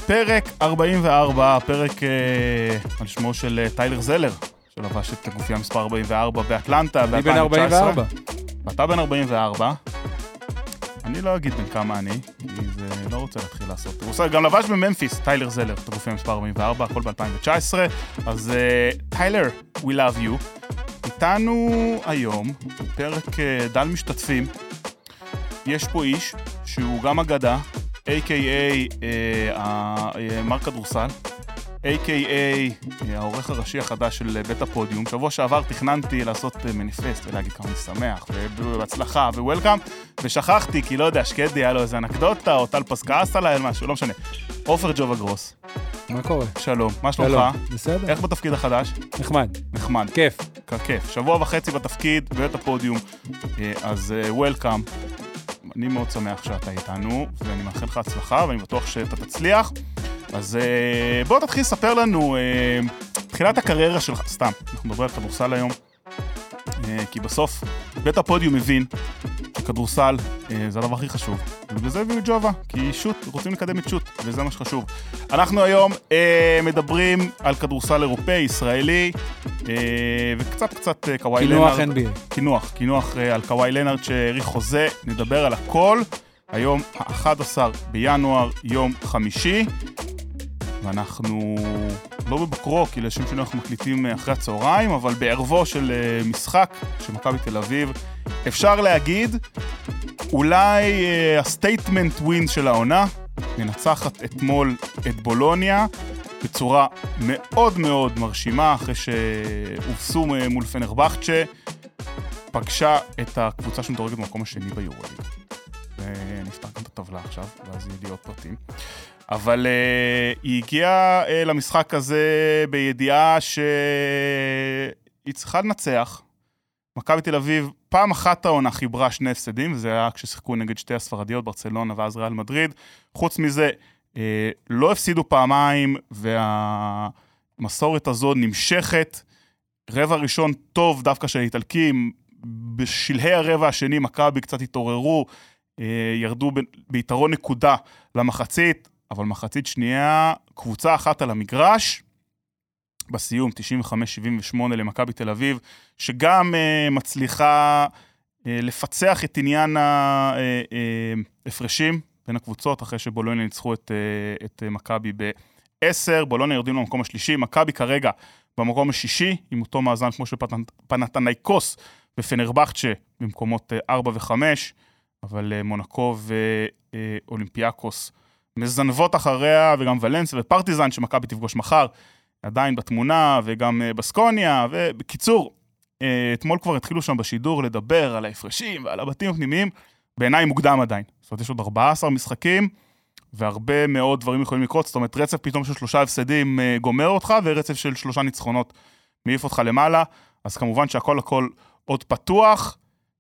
פרק 44, פרק על שמו של טיילר זלר, שלבש את הגופייה מספר 44 באטלנטה. אני בן 44. ואתה בן 44. אני לא אגיד בן כמה אני, כי זה לא רוצה להתחיל לעשות. הוא עושה גם לבש בממפיס, טיילר זלר, את הגופייה מספר 44, הכל ב-2019. אז טיילר, we love you. איתנו היום, פרק דל משתתפים. יש פה איש שהוא גם אגדה, a.k.a. מר כדורסל, a.k.a. העורך הראשי החדש של בית הפודיום. שבוע שעבר תכננתי לעשות מניפסט ולהגיד כמה אני שמח ובהצלחה ווולקאם, ושכחתי כי לא יודע, שקדי היה לו איזה אנקדוטה או טל פסקאס עליי, משהו, לא משנה. עופר ג'ובה גרוס. מה קורה? שלום, מה שלומך? שלום, בסדר. איך בתפקיד החדש? נחמד. כיף. שבוע וחצי בתפקיד בבית הפודיום, אז וולקאם. אני מאוד שמח שאתה איתנו, ואני מאחל לך הצלחה, ואני בטוח שאתה תצליח. אז בוא תתחיל לספר לנו תחילת הקריירה שלך, סתם, אנחנו מדברים על כדורסל היום, כי בסוף בית הפודיום מבין שכדורסל זה הדבר הכי חשוב, ובזה הביאו את ג'ובה, כי רוצים לקדם את שוט, וזה מה שחשוב. אנחנו היום מדברים על כדורסל אירופאי, ישראלי, וקצת קוואי לנארד. קינוח NBA. קינוח על קוואי לנארד שהאריך חוזה, נדבר על הכל. היום ה-11 בינואר, יום חמישי, ואנחנו לא בבוקרו, כי לשם שנו אנחנו מקליטים אחרי הצהריים, אבל בערבו של משחק של מכבי תל אביב, אפשר להגיד, אולי הסטייטמנט ווין של העונה, מנצחת אתמול את בולוניה, בצורה מאוד מאוד מרשימה, אחרי שהובסו מול פנרבחצ'ה, פגשה את הקבוצה שמדורגת במקום השני ביורוליג. ונפתח גם את הטבלה עכשיו, ואז יהיה לי עוד פרטים. אבל היא הגיעה למשחק הזה בידיעה שהיא צריכה לנצח. מכבי תל אביב פעם אחת העונה חיברה שני הפסדים, וזה היה כששיחקו נגד שתי הספרדיות, ברצלונה ואז ריאל מדריד. חוץ מזה, לא הפסידו פעמיים, והמסורת הזו נמשכת. רבע ראשון טוב דווקא של האיטלקים, בשלהי הרבע השני מכבי קצת התעוררו, ירדו ביתרון נקודה למחצית, אבל מחצית שנייה, קבוצה אחת על המגרש, בסיום 95-78 למכבי תל אביב, שגם מצליחה לפצח את עניין ההפרשים בין הקבוצות, אחרי שבולוניה ניצחו את מכבי ב-10, בולוניה יורדים למקום השלישי, מכבי כרגע במקום השישי, עם אותו מאזן כמו של פנתנייקוס ופנרבחצ'ה במקומות 4 ו-5, אבל מונקו ואולימפיאקוס מזנבות אחריה, וגם ולנסיה ופרטיזן שמכבי תפגוש מחר, עדיין בתמונה, וגם בסקוניה, ובקיצור, אתמול כבר התחילו שם בשידור לדבר על ההפרשים ועל הבתים הפנימיים, בעיניי מוקדם עדיין. זאת אומרת, יש עוד 14 משחקים, והרבה מאוד דברים יכולים לקרות, זאת אומרת, רצף פתאום של 3 הפסדים גומר אותך, ורצף של 3 ניצחונות מעיף אותך למעלה, אז כמובן שהכל עוד פתוח.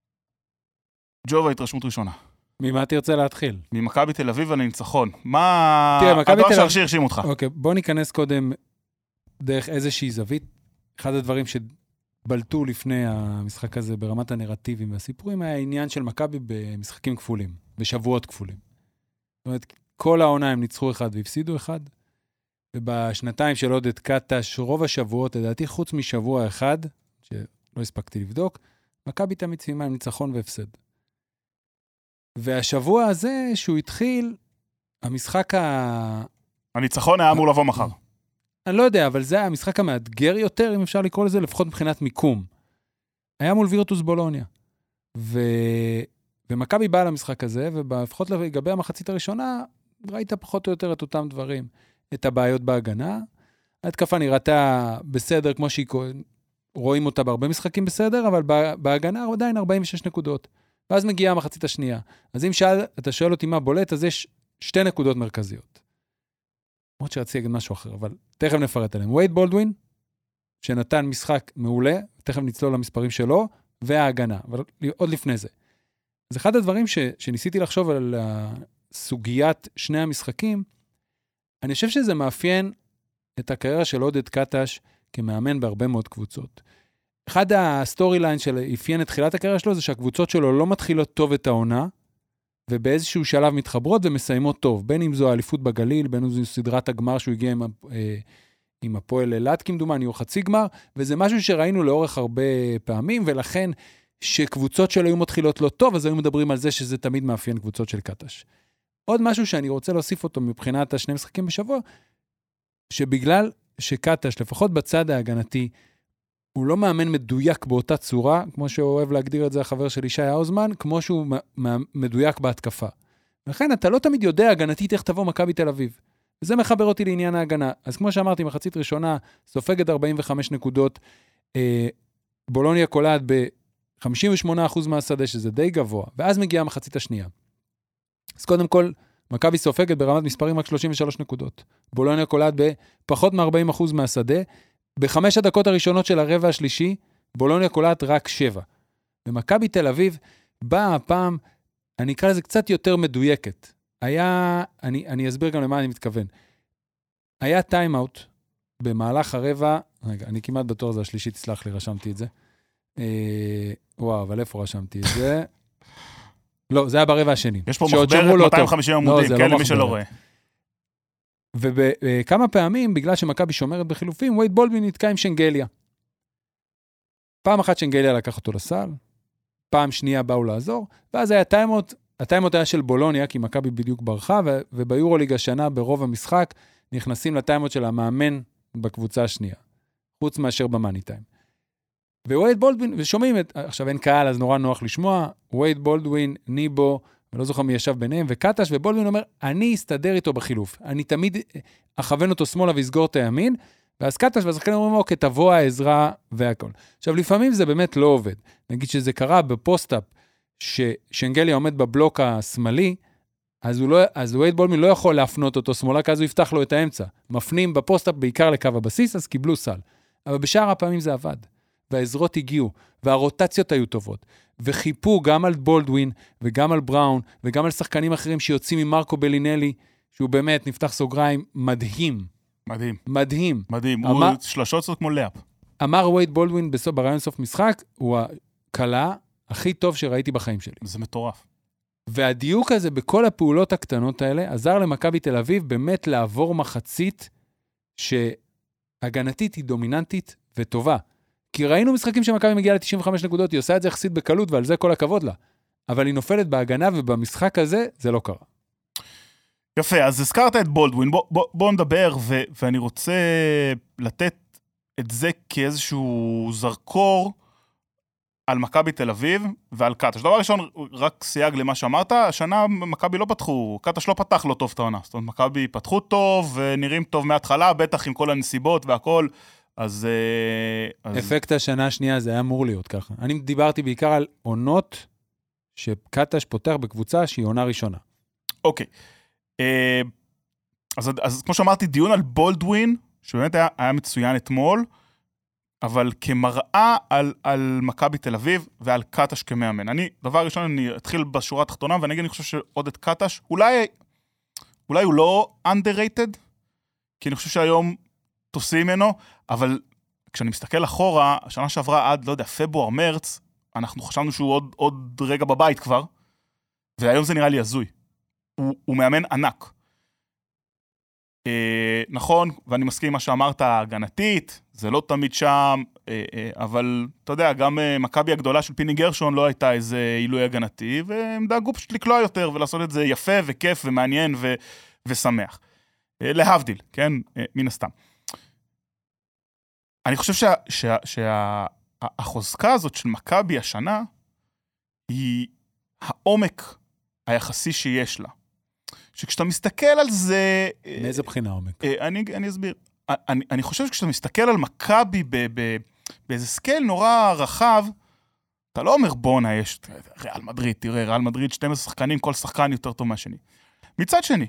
ג'ובה, התרשמות ראשונה. ממה תרצה להתחיל? ממכבי תל אביב על הניצחון. מה הדבר שהרשי הרשים אותך? אוקיי, בוא ניכנס קודם דרך איזושהי זווית. אחד הדברים שבלטו לפני המשחק הזה ברמת הנרטיבים והסיפורים, היה העניין של מכבי במשחקים כפולים, בשבועות כפולים. זאת אומרת, כל העונה הם ניצחו אחד והפסידו אחד, ובשנתיים של עודד קטש, רוב השבועות, לדעתי חוץ משבוע אחד, שלא הספקתי לבדוק, מכבי תמיד סיימה עם ניצחון והפסד. והשבוע הזה שהוא התחיל, המשחק הניצחון היה אמור לבוא מחר. אני לא יודע, אבל זה היה המשחק המאתגר יותר, אם אפשר לקרוא לזה, לפחות מבחינת מיקום. היה מול וירטוס בולוניה. ומכבי באה למשחק הזה, ולפחות לגבי המחצית הראשונה, ראית פחות או יותר את אותם דברים. את הבעיות בהגנה. ההתקפה נראתה בסדר, כמו רואים אותה בהרבה משחקים בסדר, אבל בהגנה עדיין 46 נקודות. ואז מגיעה המחצית השנייה. אז אם אתה שואל אותי מה בולט, אז יש 2 נקודות מרכזיות. עוד שרציתי להגיד משהו אחר, אבל תכף נפרט עליהם. וייד בולדווין, שנתן משחק מעולה, תכף נצלול למספרים שלו, וההגנה, אבל עוד לפני זה. אז אחד הדברים שניסיתי לחשוב על סוגיית שני המשחקים, אני חושב שזה מאפיין את הקריירה של עודד קטש כמאמן בהרבה מאוד קבוצות. אחד הסטורי ליין של אפיין את תחילת הקריירה שלו, זה שהקבוצות שלו לא מתחילות טוב את העונה, ובאיזשהו שלב מתחברות ומסיימות טוב, בין אם זו האליפות בגליל, בין אם זו סדרת הגמר שהוא הגיע עם הפועל אילת, כמדומני, או חצי גמר, וזה משהו שראינו לאורך הרבה פעמים, ולכן שקבוצות שלו היו מתחילות לא טוב, אז היו מדברים על זה שזה תמיד מאפיין קבוצות של קטש. עוד משהו שאני רוצה להוסיף אותו מבחינת השני משחקים בשבוע, שבגלל שקטש, לפחות בצד ההגנתי, הוא לא מאמן מדויק באותה צורה, כמו שהוא אוהב להגדיר את זה החבר של ישי האוזמן, כמו שהוא מדויק בהתקפה. לכן אתה לא תמיד יודע הגנתית איך תבוא מכבי תל אביב. וזה מחבר אותי לעניין ההגנה. אז כמו שאמרתי, מחצית ראשונה, סופגת 45 נקודות, בולוניה קולעת ב-58% מהשדה, שזה די גבוה, ואז מגיעה המחצית השנייה. אז קודם כל, מכבי סופגת ברמת מספרים רק 33 נקודות. בולוניה קולעת בפחות מ-40% מהשדה, בחמש הדקות הראשונות של הרבע השלישי, בולוניה קולעת רק 7. ומכבי תל אביב באה הפעם, אני אקרא לזה קצת יותר מדויקת. אני אסביר גם למה אני מתכוון. היה טיימאוט במהלך הרבע, רגע, אני כמעט בטוח זה השלישי, תסלח לי, רשמתי את זה. וואו, אבל איפה רשמתי את זה? לא, זה היה ברבע השני. יש פה מחברת 250 עמודים, כן, למי שלא רואה. וכמה פעמים, בגלל שמכבי שומרת בחילופים, וייד בולדווין נתקע עם שנגליה. פעם אחת שנגליה לקח אותו לסל, פעם שנייה באו לעזור, ואז היה טיימאוט, הטיימאוט היה של בולוניה, כי מכבי בדיוק ברחה, וביורוליג השנה, ברוב המשחק, נכנסים לטיימאוט של המאמן בקבוצה השנייה, חוץ מאשר במאני טיים. ווייד בולדווין, ושומעים עכשיו אין קהל, אז נורא נוח לשמוע, וייד בולדווין, ניבו, ולא זוכר מי ישב ביניהם, וקטש, ובולדווין אומר, אני אסתדר איתו בחילוף, אני תמיד אכוון אותו שמאלה ויסגור את הימין, ואז קטש והשחקנים אומרים, אוקיי, תבוא העזרה והכל. עכשיו, לפעמים זה באמת לא עובד. נגיד שזה קרה בפוסט-אפ, ששנגליה עומד בבלוק השמאלי, אז וייד בולדווין לא יכול להפנות אותו שמאלה, כי אז הוא יפתח לו את האמצע. מפנים בפוסט-אפ בעיקר לקו הבסיס, אז קיבלו סל. אבל בשאר הפעמים זה עבד. והעזרות הגיעו, והרוטציות היו טובות, וחיפו גם על בולדווין, וגם על בראון, וגם על שחקנים אחרים שיוצאים ממרקו בלינלי, שהוא באמת נפתח סוגריים מדהים. מדהים. מדהים. מדהים, הוא שלושות זאת כמו לאפ. אמר וייד בולדווין ברעיון סוף משחק, הוא הקלה הכי טוב שראיתי בחיים שלי. זה מטורף. והדיוק הזה בכל הפעולות הקטנות האלה, עזר למכבי תל אביב באמת לעבור מחצית, שהגנתית היא דומיננטית וטובה. כי ראינו משחקים שמכבי מגיעה ל-95 נקודות, היא עושה את זה יחסית בקלות, ועל זה כל הכבוד לה. אבל היא נופלת בהגנה, ובמשחק הזה זה לא קרה. יפה, אז הזכרת את בולדווין, בוא נדבר, ואני רוצה לתת את זה כאיזשהו זרקור על מכבי תל אביב ועל קטש. דבר ראשון, רק סייג למה שאמרת, השנה מכבי לא פתחו, קטש לא פתח לא טוב את העונה. זאת אומרת, מכבי פתחו טוב, ונראים טוב מההתחלה, בטח עם כל הנסיבות והכל, אז אפקט השנה השנייה זה היה אמור להיות ככה. אני דיברתי בעיקר על עונות שקטש פותח בקבוצה שהיא עונה ראשונה. אוקיי. אז כמו שאמרתי, דיון על בולדווין, שבאמת היה מצוין אתמול, אבל כמראה על מכבי תל אביב ועל קטש כמאמן. דבר ראשון, אני אתחיל בשורה התחתונה, ואני חושב שעוד את קטש, אולי הוא לא underrated, כי אני חושב שהיום תוסעים ממנו, אבל כשאני מסתכל אחורה, השנה שעברה עד, לא יודע, פברואר, מרץ, אנחנו חשבנו שהוא עוד רגע בבית כבר, והיום זה נראה לי הזוי. הוא מאמן ענק. נכון, ואני מסכים עם מה שאמרת, הגנתית, זה לא תמיד שם, אבל אתה יודע, גם מכבי הגדולה של פיני גרשון לא הייתה איזה עילוי הגנתי, והם דאגו פשוט לקלוע יותר, ולעשות את זה יפה וכיף ומעניין ושמח. להבדיל, כן? מן הסתם. אני חושב שהחוזקה הזאת של מכבי השנה, היא העומק היחסי שיש לה. שכשאתה מסתכל על זה... מאיזה בחינה עומק? אני אסביר. אני חושב שכשאתה מסתכל על מכבי באיזה סקייל נורא רחב, אתה לא אומר בונה, יש ריאל מדריד, תראה, ריאל מדריד 12 שחקנים, כל שחקן יותר טוב מהשני. מצד שני,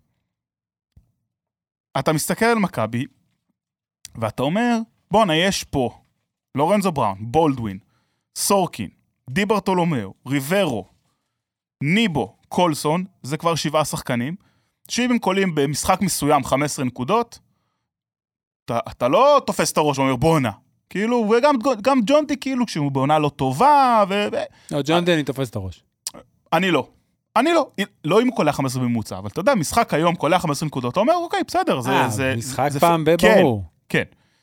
אתה מסתכל על מכבי, ואתה אומר, בונה, יש פה לורנזו בראון, בולדווין, סורקין, די ברטולומיאו, ריברו, ניבו, קולסון, זה כבר 7 שחקנים, שאם הם קולים במשחק מסוים 15 נקודות, אתה לא תופס את הראש ואומר בונה, כאילו, וגם ג'ונטי כאילו, כשהוא בעונה לא טובה, לא, ג'ונטי אני תופס את הראש. אני לא. אני לא אם הוא קולע 15 בממוצע, אבל אתה יודע, משחק היום קולע 15 נקודות, אתה אומר, אוקיי, בסדר, זה... משחק פעם בברור. כן.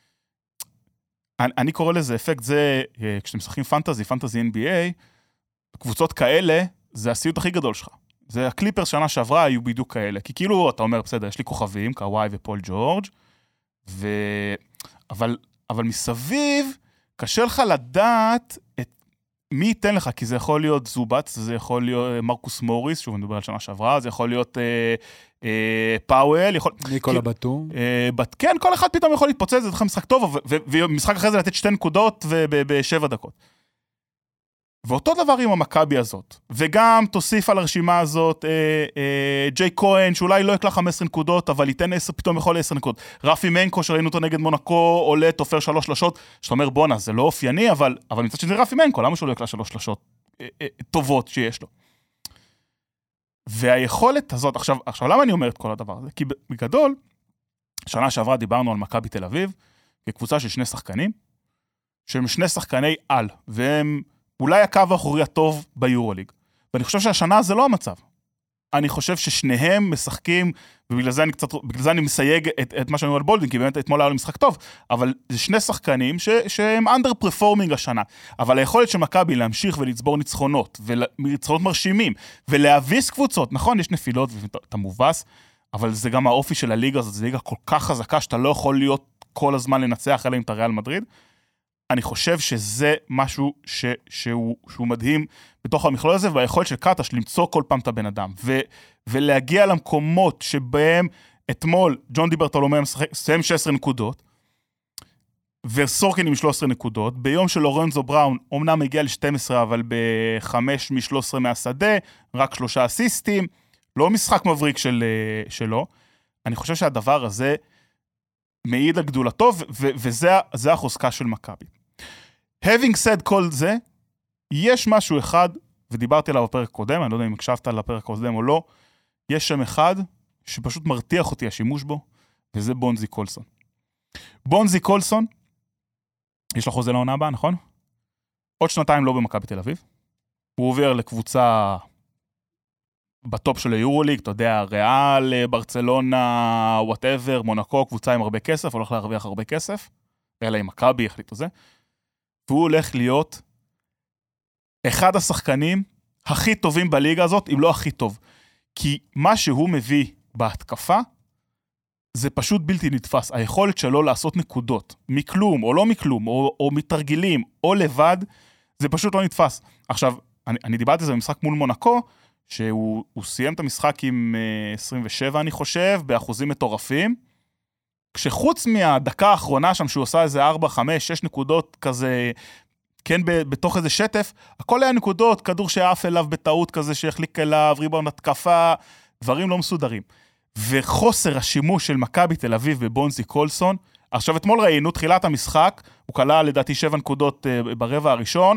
אני קורא לזה אפקט זה, כשאתם משחקים פנטזי NBA, קבוצות כאלה, זה הסיוט הכי גדול שלך. זה הקליפר שנה שעברה היו בדיוק כאלה, כי כאילו אתה אומר, בסדר, יש לי כוכבים, קוואי ופול ג'ורג', אבל מסביב, קשה לך לדעת מי ייתן לך, כי זה יכול להיות זובץ, זה יכול להיות מרקוס מוריס, שוב נדבר על שנה שעברה, זה יכול להיות פאוול, ניקולה בטום. כן, כל אחד פתאום יכול להתפוצץ, זה לך משחק טוב, ומשחק אחרי זה לתת 2 נקודות ב7 דקות. ואותו דבר עם המכבי הזאת, וגם תוסיף על הרשימה הזאת ג'יי כהן, שאולי לא יקלה 15 נקודות, אבל ייתן 10, פתאום יכול 10 נקודות. רפי מנקו, שראינו אותו נגד מונקו, עולה, תופר 3 שלשות, שאתה אומר, בונה, זה לא אופייני, אבל מצד שזה רפי מנקו, למה שהוא לא יקלה 3 שלשות טובות שיש לו? והיכולת הזאת, עכשיו למה אני אומר את כל הדבר הזה? כי בגדול, שנה שעברה דיברנו על מכבי תל אביב, כקבוצה של 2 שחקנים, שהם 2 שחקני על, והם אולי הקו האחורי הטוב ביורוליג. ואני חושב שהשנה זה לא המצב. אני חושב ששניהם משחקים, ובגלל זה אני מסייג את מה שאני אומר על בולדין, כי באמת אתמול היה לו משחק טוב, אבל זה 2 שחקנים שהם underperforming השנה. אבל היכולת של מכבי להמשיך ולצבור ניצחונות, וניצחונות מרשימים, ולהביס קבוצות, נכון, יש נפילות ואתה מובס, אבל זה גם האופי של הליגה הזאת, זו ליגה כל כך חזקה, שאתה לא יכול להיות כל הזמן לנצח, אלא אם אתה ריאל מדריד. אני חושב שזה משהו שהוא מדהים בתוך המכלול הזה, והיכולת של קטש למצוא כל פעם את הבן אדם, ולהגיע למקומות שבהם אתמול ג'ון דיברטולומה סיים 16 נקודות, וסורקין עם 13 נקודות, ביום של לורנזו בראון, אומנם הגיע ל-12, אבל ב-5 מ-13 מהשדה, רק 3 אסיסטים, לא משחק מבריק שלו. אני חושב שהדבר הזה מעיד על גדולתו, וזה החוזקה של מכבי. Having said כל זה, יש משהו אחד, ודיברתי עליו בפרק קודם, אני לא יודע אם הקשבת על הפרק קודם או לא, יש שם אחד שפשוט מרתיח אותי השימוש בו, וזה בונזי קולסון. בונזי קולסון, יש לו חוזה לעונה הבאה, נכון? עוד 2 לא במכבי תל אביב. הוא עובר לקבוצה בטופ של היורוליג, אתה יודע, ריאל, ברצלונה, whatever, מונקו, קבוצה עם הרבה כסף, הולך להרוויח הרבה כסף, אלא עם מכבי החליטו זה, והוא הולך להיות אחד השחקנים הכי טובים בליגה הזאת, אם לא הכי טוב. כי מה שהוא מביא בהתקפה, זה פשוט בלתי נתפס. היכולת שלו לעשות נקודות, מכלום או לא מכלום, או מתרגילים, או לבד, זה פשוט לא נתפס. עכשיו, אני דיברתי על זה במשחק מול מונקו, שהוא סיים את המשחק עם 27, אני חושב, באחוזים מטורפים, כשחוץ מהדקה האחרונה שם, שהוא עושה איזה 4, 5, 6 נקודות כזה, כן, בתוך איזה שטף, הכל היה נקודות, כדור שעף אליו בטעות כזה, שהחליק אליו, ריבאונד התקפה, דברים לא מסודרים. וחוסר השימוש של מכבי תל אביב בבונזי קולסון, עכשיו אתמול ראינו, תחילת המשחק, הוא קלע לדעתי 7 נקודות ברבע הראשון,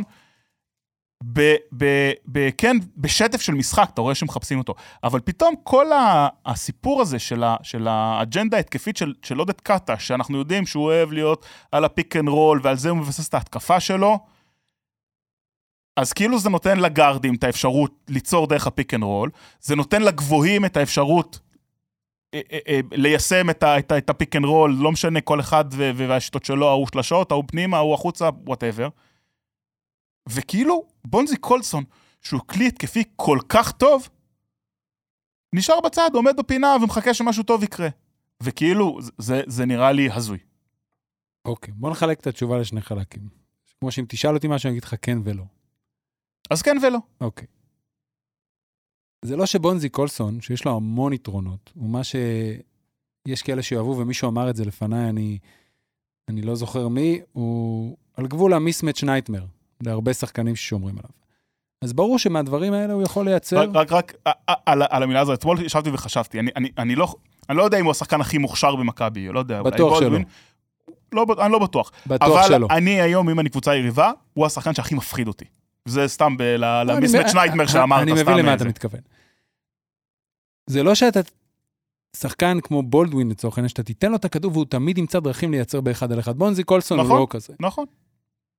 כן, בשטף של משחק, אתה רואה שמחפשים אותו, אבל פתאום כל הסיפור הזה של האג'נדה ההתקפית של עודד קטש, שאנחנו יודעים שהוא אוהב להיות על הפיק אנד רול, ועל זה הוא מבסס את ההתקפה שלו, אז כאילו זה נותן לגארדים את האפשרות ליצור דרך הפיק אנד רול, זה נותן לגבוהים את האפשרות ליישם את הפיק אנד רול, לא משנה כל אחד והשיטות שלו, הוא שלשות, הוא פנימה, הוא החוצה, whatever. וכאילו, בונזי קולסון, שהוא כלי התקפי כל כך טוב, נשאר בצד, עומד בפינה ומחכה שמשהו טוב יקרה. וכאילו, זה נראה לי הזוי. אוקיי, בוא נחלק את התשובה לשני חלקים. כמו שאם תשאל אותי משהו, אני אגיד לך כן ולא. אז כן ולא. אוקיי. זה לא שבונזי קולסון, שיש לו המון יתרונות, הוא מה שיש כאלה שאוהבו, ומישהו אמר את זה לפניי, אני לא זוכר מי, הוא על גבול המיסמץ' נייטמר. להרבה שחקנים ששומרים עליו. אז ברור שמהדברים האלה הוא יכול לייצר... רק על המילה הזאת, אתמול ישבתי וחשבתי, אני לא יודע אם הוא השחקן הכי מוכשר במכבי, לא יודע. בטוח שלא. אני לא בטוח. בטוח שלא. אבל אני היום, אם אני קבוצה יריבה, הוא השחקן שהכי מפחיד אותי. זה סתם למיסמץ' נייטמר שאמרת. אני מבין למה אתה מתכוון. זה לא שאתה שחקן כמו בולדווין לצורך העניין, שאתה תיתן לו את הכדור והוא תמיד ימצא דרכים לייצר באחד על אחד. בונזי קולסון הוא לא כזה. נכון.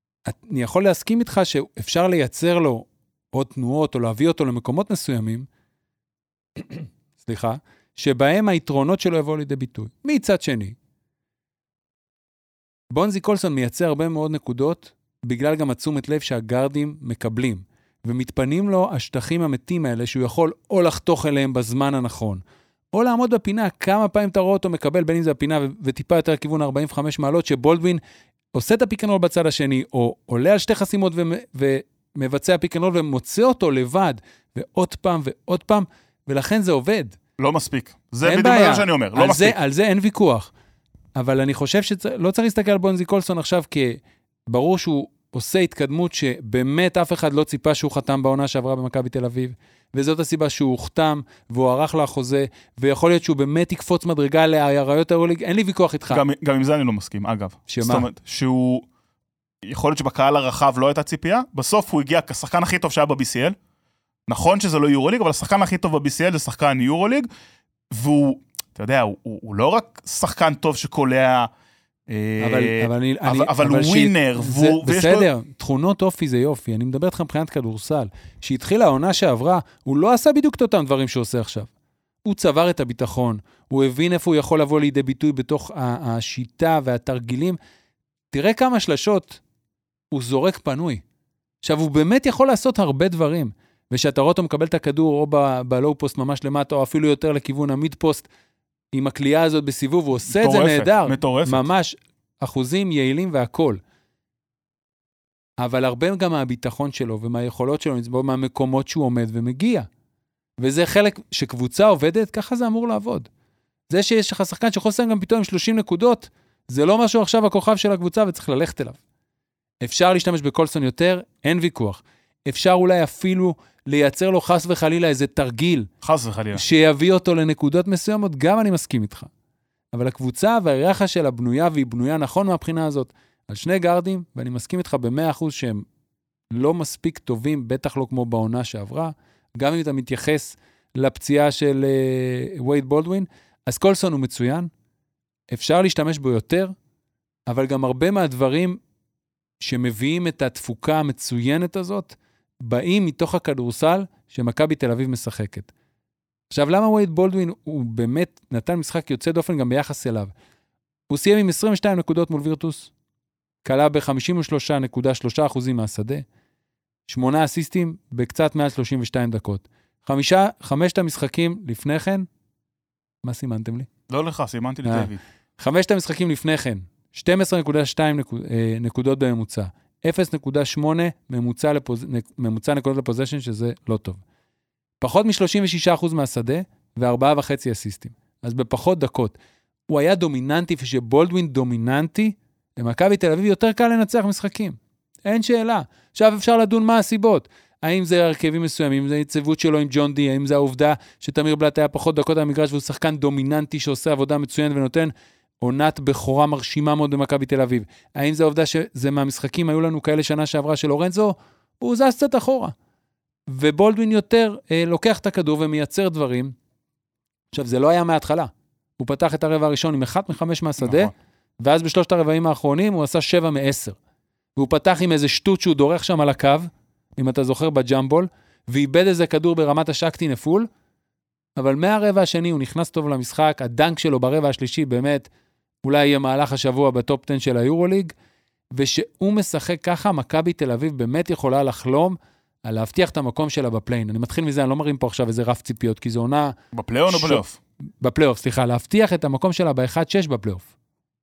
אני יכול להסכים איתך שאפשר לייצר לו עוד תנועות או להביא אותו למקומות מסוימים, סליחה, שבהם היתרונות שלו יבואו לידי ביטוי. מצד שני, בונזי קולסון מייצר הרבה מאוד נקודות, בגלל גם התשומת לב שהגארדים מקבלים, ומתפנים לו השטחים המתים האלה, שהוא יכול או לחתוך אליהם בזמן הנכון, או לעמוד בפינה, כמה פעמים אתה רואה אותו מקבל, בין אם זה הפינה וטיפה יותר כיוון 45 מעלות, שבולדווין עושה את הפיקנול בצד השני, או עולה על שתי חסימות ומבצע פיקנול ומוצא אותו לבד, ועוד פעם ועוד פעם, ולכן זה עובד. לא מספיק. זה בדיוק מה שאני אומר, לא מספיק. על זה אין ויכוח. אבל אני חושב שלא צריך להסתכל על בונזי קולסון עכשיו, כי ברור שהוא עושה התקדמות שבאמת אף אחד לא ציפה שהוא חתם בעונה שעברה במכבי תל אביב, וזאת הסיבה שהוא הוחתם, והוא ערך לו החוזה, ויכול להיות שהוא באמת יקפוץ מדרגה לאריות האירוליג, אין לי ויכוח איתך. גם עם זה אני לא מסכים, אגב. שמה? זאת אומרת, שהוא, יכול להיות שבקהל הרחב לא הייתה ציפייה, בסוף הוא הגיע כשחקן הכי טוב שהיה ב-BCL, נכון שזה לא יורוליג, אבל השחקן הכי טוב ב-BCL זה שחקן יורוליג, והוא, אתה יודע, הוא לא רק שחקן טוב שקולע, אבל הוא ווינר. בסדר, תכונות אופי זה יופי, אני מדבר איתך מבחינת כדורסל, שהתחילה העונה שעברה, הוא לא עשה בדיוק את אותם דברים שהוא עושה עכשיו. הוא צבר את הביטחון, הוא הבין איפה הוא יכול לבוא לידי ביטוי בתוך השיטה והתרגילים. תראה כמה שלשות הוא זורק פנוי. עכשיו, הוא באמת יכול לעשות הרבה דברים, ושאתה רואה אותו מקבל את הכדור או בלואו פוסט ממש למטה, או אפילו יותר לכיוון המיד פוסט, עם הקליעה הזאת בסיבוב, הוא עושה את זה נהדר. מטורפת. ממש אחוזים יעילים והכל. אבל הרבה גם מהביטחון שלו ומהיכולות שלו, מהמקומות שהוא עומד ומגיע. וזה חלק שקבוצה עובדת, ככה זה אמור לעבוד. זה שיש לך שחקן שיכול לסיים גם פתאום עם 30 נקודות, זה לא משהו עכשיו הכוכב של הקבוצה וצריך ללכת אליו. אפשר להשתמש בקולסון יותר, אין ויכוח. אפשר אולי אפילו לייצר לו חס וחלילה איזה תרגיל. חס וחלילה. שיביא אותו לנקודות מסוימות, גם אני מסכים איתך. אבל הקבוצה והריחה שלה בנויה, והיא בנויה נכון מהבחינה הזאת, על שני גארדים, ואני מסכים איתך ב100% שהם לא מספיק טובים, בטח לא כמו בעונה שעברה, גם אם אתה מתייחס לפציעה של וייד בולדווין, אז קולסון הוא מצוין, אפשר להשתמש בו יותר, אבל גם הרבה מהדברים שמביאים את התפוקה המצוינת הזאת, באים מתוך הכדורסל שמכבי תל אביב משחקת. עכשיו, למה וייד בולדווין הוא באמת נתן משחק יוצא דופן גם ביחס אליו? הוא סיים עם 22 נקודות מול וירטוס, קלה ב-53.3% מהשדה, 8 אסיסטים בקצת מעל 32 דקות. חמשת המשחקים לפני כן, מה סימנתם לי? לא לך, סימנתי לדיוויד. 5 המשחקים לפני כן, 12.2 נקודות בממוצע, 0.8 ממוצע נקודות לפוזיישן, שזה לא טוב. פחות מ-36% מהשדה, ו4.5 אסיסטים. אז בפחות דקות. הוא היה דומיננטי, ושבולדווין דומיננטי, למכבי תל אביב יותר קל לנצח משחקים. אין שאלה. עכשיו אפשר לדון מה הסיבות. האם זה הרכבים מסוימים, האם זה היציבות שלו עם ג'ון די, האם זה העובדה שתמיר בלט היה פחות דקות על המגרש, והוא שחקן דומיננטי שעושה עבודה מצוינת ונותן עונת בכורה מרשימה מאוד במכבי תל אביב. האם זה העובדה שזה מהמשחקים, היו לנו כאלה שנה שעברה של לורנזו, הוא זז קצת אחורה. ובולדווין יותר לוקח את הכדור ומייצר דברים. עכשיו, זה לא היה מההתחלה. הוא פתח את הרבע הראשון עם 1 מ-5 מהשדה, נכון. ואז בשלושת הרבעים האחרונים הוא עשה 7 מ-10. והוא פתח עם איזה שטות שהוא דורך שם על הקו, אם אתה זוכר בג'מבול, ואיבד איזה כדור ברמת השקטי נפול, אבל מהרבע השני הוא נכנס טוב למשחק, הדנק שלו ברבע השלישי באמת, אולי יהיה מהלך השבוע בטופ 10 של היורוליג, ושהוא משחק ככה, מכבי תל אביב באמת יכולה לחלום, על להבטיח את המקום שלה בפליין. אני מתחיל מזה, אני לא מראים פה עכשיו איזה רף ציפיות, כי זו עונה... בפליין או בפלייאוף? בפלייאוף, סליחה, להבטיח את המקום שלה ב-1-6 בפלייאוף.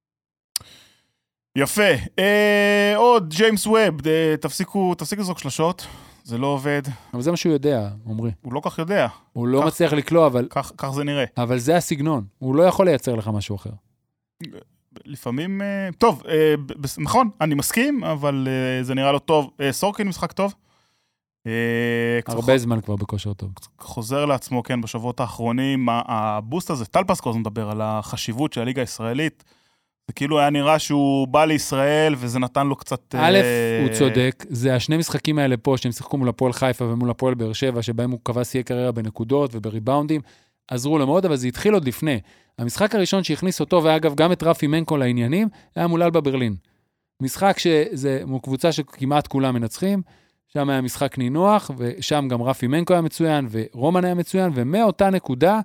יפה. עוד, ג'יימס ווב, תפסיקו לזרוק שלשות, זה לא עובד. אבל זה מה שהוא יודע, אומרי. הוא לא כך יודע. הוא לא מצליח לקלוע, אבל... כך זה נראה. אבל זה הסגנון, הוא לא יכול לייצר לך משהו אחר. לפעמים, טוב, נכון, אני מסכים, אבל זה נראה לא טוב. סורקין משחק טוב. הרבה זמן כבר בכושר טוב. חוזר לעצמו, כן, בשבועות האחרונים, הבוסט הזה, טל פסקוז מדבר על החשיבות של הליגה הישראלית, זה כאילו היה נראה שהוא בא לישראל, וזה נתן לו קצת... א', הוא צודק, זה השני משחקים האלה פה, שהם שיחקו מול הפועל חיפה ומול הפועל באר שבע, שבהם הוא קבע שיאי קריירה בנקודות ובריבאונדים, עזרו לו מאוד, אבל זה התחיל עוד לפני. המשחק הראשון שהכניס אותו, ואגב, גם את רפי מנקו לעניינים, היה מול אלבה ברלין. משחק שזה קבוצה שכמעט כולם מנצחים, שם היה משחק נינוח, ושם גם רפי מנקו היה מצוין, ורומן היה מצוין, ומאותה נקודה,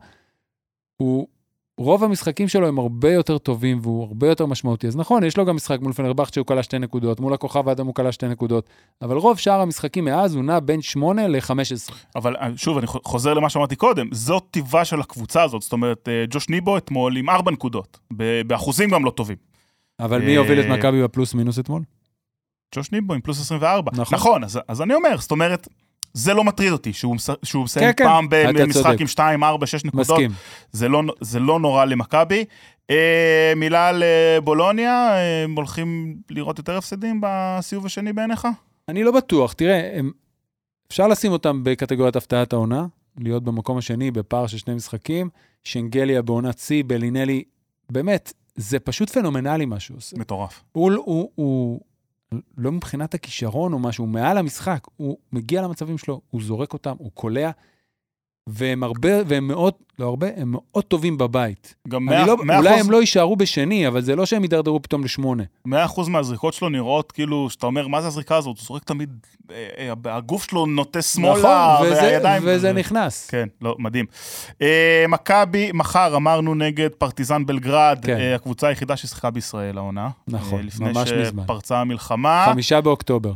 רוב המשחקים שלו הם הרבה יותר טובים, והוא הרבה יותר משמעותי. אז נכון, יש לו גם משחק מול פנרבכט שהוא קלה 2 נקודות, מול הכוכב האדם הוא קלה 2 נקודות, אבל רוב שאר המשחקים מאז הוא נע בין 8 ל-15. אבל שוב, אני חוזר למה שאמרתי קודם, זאת טבעה של הקבוצה הזאת, זאת אומרת, ג'וש ניבו אתמול עם 4 נקודות, באחוזים גם לא טובים. אבל מי הוביל את מכבי בפלוס מינוס אתמול? ג'וש ניבו עם פלוס 24. נכון, אז אני אומר, זאת אומרת, זה לא מטריד אותי, שהוא מסיים פעם במשחק עם 2, 4, 6 נקודות. מסכים. זה לא נורא למכבי. מילה על בולוניה, הם הולכים לראות יותר הפסדים בסיבוב השני בעיניך? אני לא בטוח, תראה, אפשר לשים אותם בקטגוריית הפתעת העונה, להיות במקום השני, בפער של 2 משחקים, שנגליה בעונת C, בלינלי, באמת, זה פשוט פנומנלי משהו. מטורף. הוא לא מבחינת הכישרון או משהו, מעל המשחק, הוא מגיע למצבים שלו, הוא זורק אותם, הוא קולע, והם מאוד טובים בבית. אולי הם לא יישארו בשני, אבל זה לא שהם יידרדרו פתאום ל8. 100% מהזריקות שלו נראות כאילו, שאתה אומר, מה זה הזריקה הזאת? הוא זורק תמיד, הגוף שלו נוטה שמאלה, והידיים... וזה נכנס. כן, לא, מדהים. מכבי, מחר אמרנו נגד פרטיזן בלגרד, הקבוצה היחידה ששיחקה בישראל העונה. נכון, ממש מזמן. לפני שפרצה המלחמה. 5 באוקטובר.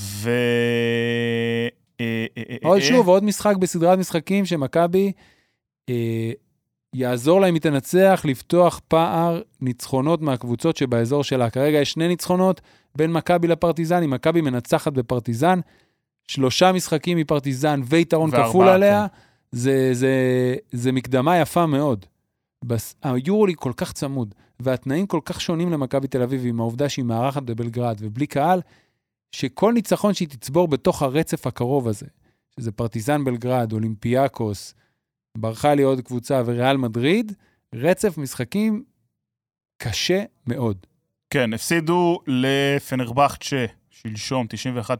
עוד משחק בסדרת משחקים שמכבי יעזור להם תנצח לפתוח פער ניצחונות מהקבוצות שבאזור שלה. כרגע יש 2 ניצחונות בין מכבי לפרטיזן, אם מכבי מנצחת בפרטיזן, 3 משחקים מפרטיזן ויתרון כפול עליה, זה מקדמה יפה מאוד. היורוליג כל כך צמוד, והתנאים כל כך שונים למכבי תל אביב, עם העובדה שהיא מארחת בבלגרד ובלי קהל, שכל ניצחון שהיא תצבור בתוך הרצף הקרוב הזה, שזה פרטיזן בלגרד, אולימפיאקוס, ברחה לי עוד קבוצה וריאל מדריד, רצף משחקים קשה מאוד. כן, הפסידו לפנרבכט שלשום 91-76,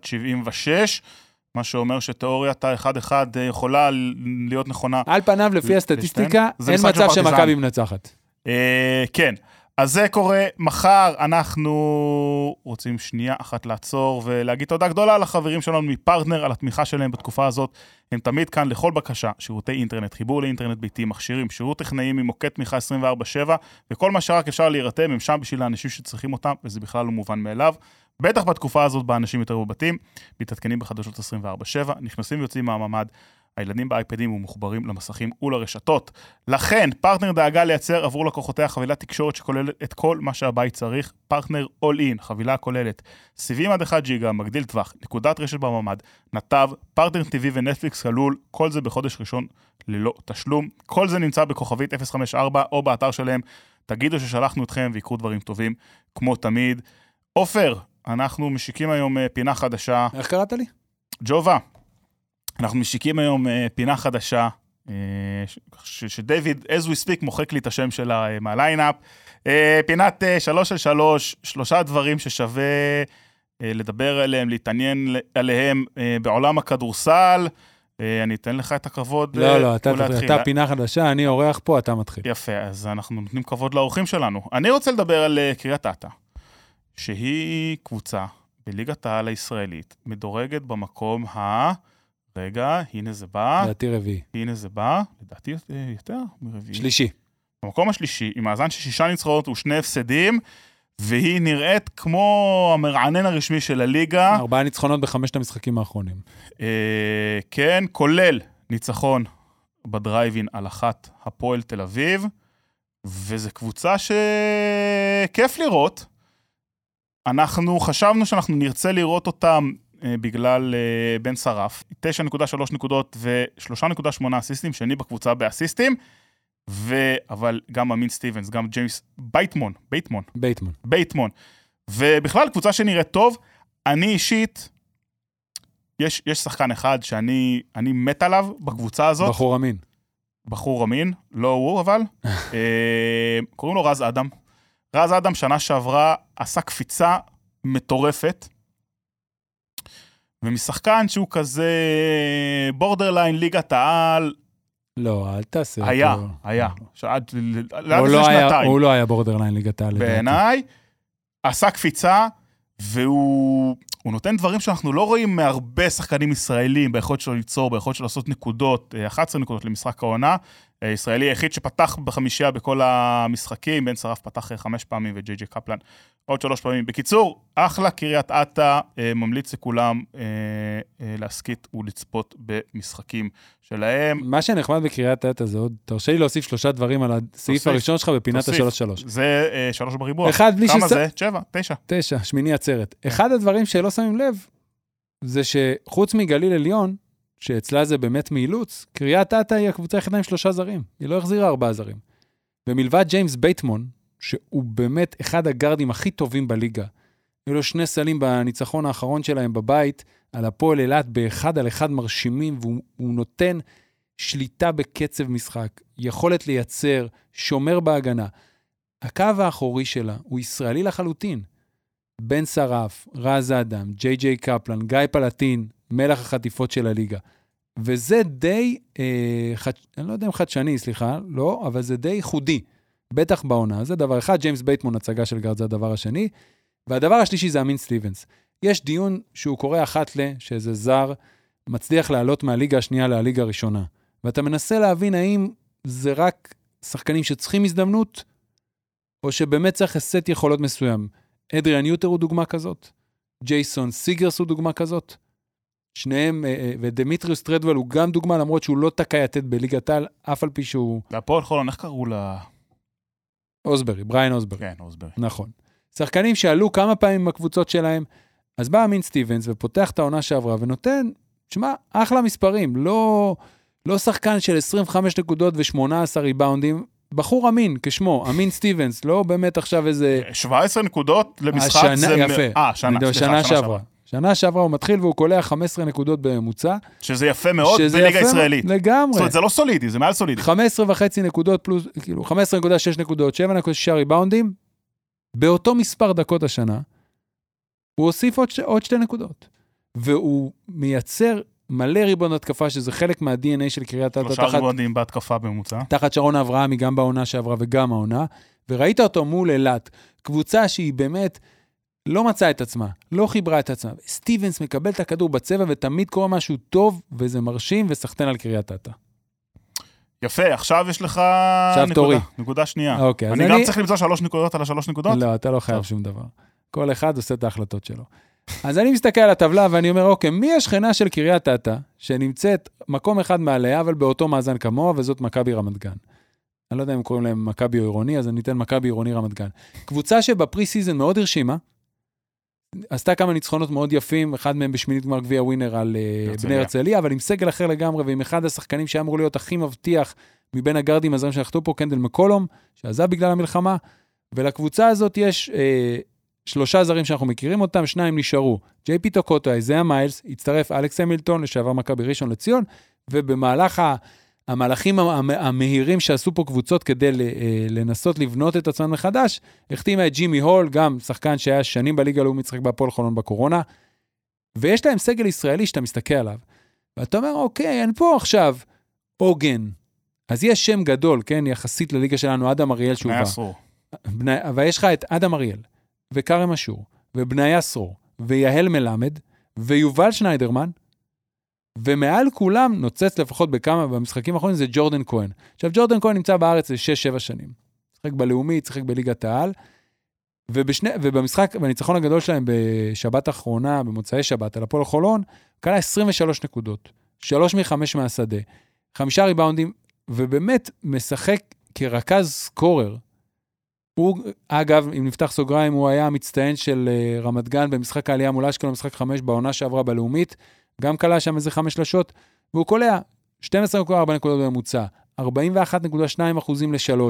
מה שאומר שתיאוריית ה-1-1 יכולה להיות נכונה. על פניו, לפי הסטטיסטיקה, אין מצב שמכבי מנצחת. כן. אז זה קורה מחר, אנחנו רוצים שנייה אחת לעצור ולהגיד תודה גדולה לחברים שלנו מפרטנר על התמיכה שלהם בתקופה הזאת. הם תמיד כאן לכל בקשה, שירותי אינטרנט, חיבור לאינטרנט ביתי, מכשירים, שירות טכנאים עם מוקד תמיכה 24/7, וכל מה שרק אפשר להירתם, הם שם בשביל האנשים שצריכים אותם, וזה בכלל לא מובן מאליו. בטח בתקופה הזאת בה אנשים יותר בבתים, מתעדכנים בחדשות 24/7, נכנסים ויוצאים מהממד, הילדים באייפדים ומחוברים למסכים ולרשתות. לכן, פרטנר דאגה לייצר עבור לקוחותיה חבילת תקשורת שכוללת את כל מה שהבית צריך. פרטנר All In, חבילה כוללת סיבים עד 1 ג'יגה, מגדיל טווח, נקודת רשת בממד, נתב, פרטנר TV ונטפליקס כלול, כל זה בחודש ראשון ללא תשלום. כל זה נמצא בכוכבית 054 או באתר שלהם. תגידו ששלחנו אתכם ויקרו דברים טובים, כמו תמיד. עופר, אנחנו משיקים היום פינה חדשה. איך קראת לי? ג'ובה. אנחנו משיקים היום פינה חדשה, שדייוויד, as we speak, מוחק לי את השם שלה מהליינאפ. פינת 3/3, 3 דברים ששווה לדבר עליהם, להתעניין עליהם בעולם הכדורסל. אני אתן לך את הכבוד. לא, אתה פינה חדשה, אני אורח פה, אתה מתחיל. יפה, אז אנחנו נותנים כבוד לאורחים שלנו. אני רוצה לדבר על קריית אתא, שהיא קבוצה בליגת העל הישראלית, מדורגת במקום רגע, הנה זה בא. לדעתי רביעי. הנה זה בא, לדעתי יותר מרביעי. שלישי. במקום השלישי, עם מאזן של 6 ניצחונות ו2 הפסדים, והיא נראית כמו המרענן הרשמי של הליגה. 4 ניצחונות ב5 המשחקים האחרונים. כן, כולל ניצחון בדרייבין על אחת הפועל תל אביב, וזו קבוצה שכיף לראות. אנחנו חשבנו שאנחנו נרצה לראות אותם, בגלל בן שרף, 9.3 נקודות ו3.8 אסיסטים, שני בקבוצה באסיסטים, אבל גם אמין סטיבנס, גם ג'יימס בייטמון, ובכלל קבוצה שנראית טוב. אני אישית, יש שחקן אחד שאני מת עליו בקבוצה הזאת. בחור אמין, לא הוא אבל, קוראים לו רז אדם. רז אדם שנה שעברה עשה קפיצה מטורפת, ומשחקן שהוא כזה בורדרליין ליגת העל. לא, אל תעשה. היה. הוא לא היה בורדרליין ליגת העל. בעיניי, עשה קפיצה, והוא הוא נותן דברים שאנחנו לא רואים מהרבה שחקנים ישראלים, ביכולת שלו ליצור, ביכולת שלו לעשות נקודות, 11 נקודות למשחק העונה. ישראלי היחיד שפתח בחמישייה בכל המשחקים, בן שרף פתח 5 פעמים וג'יי ג'יי קפלן עוד 3 פעמים. בקיצור, אחלה קריית אתא, ממליץ לכולם להסכית ולצפות במשחקים שלהם. מה שנחמד בקריית אתא זה עוד, תרשה לי להוסיף 3 דברים על הסעיף הראשון שלך בפינת ה-3-3. זה 3 בריבוע. כמה זה? 7, 9. 9, שמיני עצרת. אחד הדברים שלא שמים לב, זה שחוץ מגליל עליון, שאצלה זה באמת מאילוץ, קריית אתא היא הקבוצה היחידה עם 3 זרים. היא לא החזירה 4 זרים. ומלבד ג'יימס בייטמון, שהוא באמת אחד הגארדים הכי טובים בליגה, היו לו 2 סלים בניצחון האחרון שלהם בבית, על הפועל אילת באחד על אחד מרשימים, והוא נותן שליטה בקצב משחק, יכולת לייצר, שומר בהגנה. הקו האחורי שלה הוא ישראלי לחלוטין. בן שרף, רז אדם, ג'יי ג'יי קפלן, גיא פלטין, מלך החטיפות של הליגה. וזה די, אני לא יודע אם חדשני, סליחה, לא, אבל זה די ייחודי. בטח בעונה. זה דבר אחד, ג'יימס בייטמון, הצגה של גארד, זה הדבר השני. והדבר השלישי זה אמין סטיבנס. יש דיון שהוא קורא אחת שאיזה זר מצליח לעלות מהליגה השנייה לליגה הראשונה. ואתה מנסה להבין האם זה רק שחקנים שצריכים הזדמנות, או שבאמת צריך סט יכולות מסוים. אדריאן יוטר הוא דוגמה כזאת. ג'ייסון סיגרס הוא דוגמה כזאת. שניהם, ודמיטריוס טרדוול הוא גם דוגמה, למרות שהוא לא תקע יתד בליגת העל, אף על פי שהוא... והפועל חולון, איך קראו לה? אוסברי, בריין אוסברי. כן, אוסברי. נכון. שחקנים שעלו כמה פעמים בקבוצות שלהם, אז בא אמין סטיבנס ופותח את העונה שעברה ונותן, תשמע, אחלה מספרים, לא שחקן של 25 נקודות ו18 ריבאונדים, בחור אמין, כשמו, אמין סטיבנס, לא באמת עכשיו איזה... 17 נקודות למשחק זה... יפה. שנה שעברה. שנה שעברה הוא מתחיל והוא קולע 15 נקודות בממוצע. שזה יפה מאוד בליגה ישראלית. לגמרי. זאת אומרת, זה לא סולידי, זה מעל סולידי. 15.5 נקודות פלוס, כאילו, 15.6 נקודות, 7.6 ריבאונדים, באותו מספר דקות השנה, הוא הוסיף עוד 2 נקודות. והוא מייצר מלא ריבון התקפה, שזה חלק מה-DNA של קריית אתא. 3 ריבונדים בהתקפה בממוצע. תחת שרון אברהמי, גם בעונה שעברה וגם העונה, וראית אותו מול אילת, קבוצה שהיא באמת לא מצאה את עצמה, לא חיברה את עצמה. סטיבנס מקבל את הכדור בצבע, ותמיד קורה משהו טוב, וזה מרשים, וסחטן על קריית אתא. יפה, עכשיו יש לך נקודה שנייה. אוקיי, אני גם צריך למצוא 3 נקודות על 3 נקודות? לא, אתה לא חייב שום דבר. כל אחד עושה את ההחלטות שלו. אז אני מסתכל על הטבלה, ואני אומר, אוקיי, מי השכנה של קריית אתא, שנמצאת מקום אחד מעליה, אבל באותו מאזן כמוה, וזאת מכבי רמת גן. אני לא יודע אם קוראים להם מכבי או עירוני, אז אני אתן מכבי עירוני רמת גן. קבוצה שבפרי סיזן מאוד הרשימה, עשתה כמה ניצחונות מאוד יפים, אחד מהם בשמינית גמר גביע ווינר על בני הרצליה, אבל עם סגל אחר לגמרי, ועם אחד השחקנים שאמור להיות הכי מבטיח מבין הגרדים הזרים שנחתו פה, קנדל מקולום, שעזב בגלל המלחמה, ולקבוצה הזאת יש 3 זרים שאנחנו מכירים אותם, 2 נשארו. ג'יי פי טוקוטו, איזיה מיילס, הצטרף אלכס המילטון, לשעבר מכבי ראשון לציון, ובמהלך המהלכים המהירים שעשו פה קבוצות כדי לנסות לבנות את עצמם מחדש, החתימה את ג'ימי הול, גם שחקן שהיה שנים בליגה הלאומית, משחק בהפועל חולון בקורונה, ויש להם סגל ישראלי שאתה מסתכל עליו, ואתה אומר, אוקיי, אין פה עכשיו עוגן. אז יש שם גדול, כן, יחסית לליגה שלנו, אדם אריאל שהוא בא. אבל יש לך את אדם אריאל, וקרם אשור, ובניה סרור, ויהל מלמד, ויובל שניידרמן, ומעל כולם נוצץ לפחות בכמה, במשחקים האחרונים זה ג'ורדן כהן. עכשיו, ג'ורדן כהן נמצא בארץ ל6-7 שנים. שחק בלאומי, שחק בליגת העל, ובמשחק, בניצחון הגדול שלהם בשבת האחרונה, במוצאי שבת, על הפועל חולון, קלה 23 נקודות, 3 מ-5 מהשדה, 5 ריבאונדים, ובאמת משחק כרכז סקורר. הוא, אגב, אם נפתח סוגריים, הוא היה המצטיין של רמת גן במשחק העלייה מול אשקלון, משחק 5 בעונה שעברה בלאומית, גם קלה שם איזה 5 שלשות, והוא קולע 12.4 נקודות בממוצע, 41.2% ל3,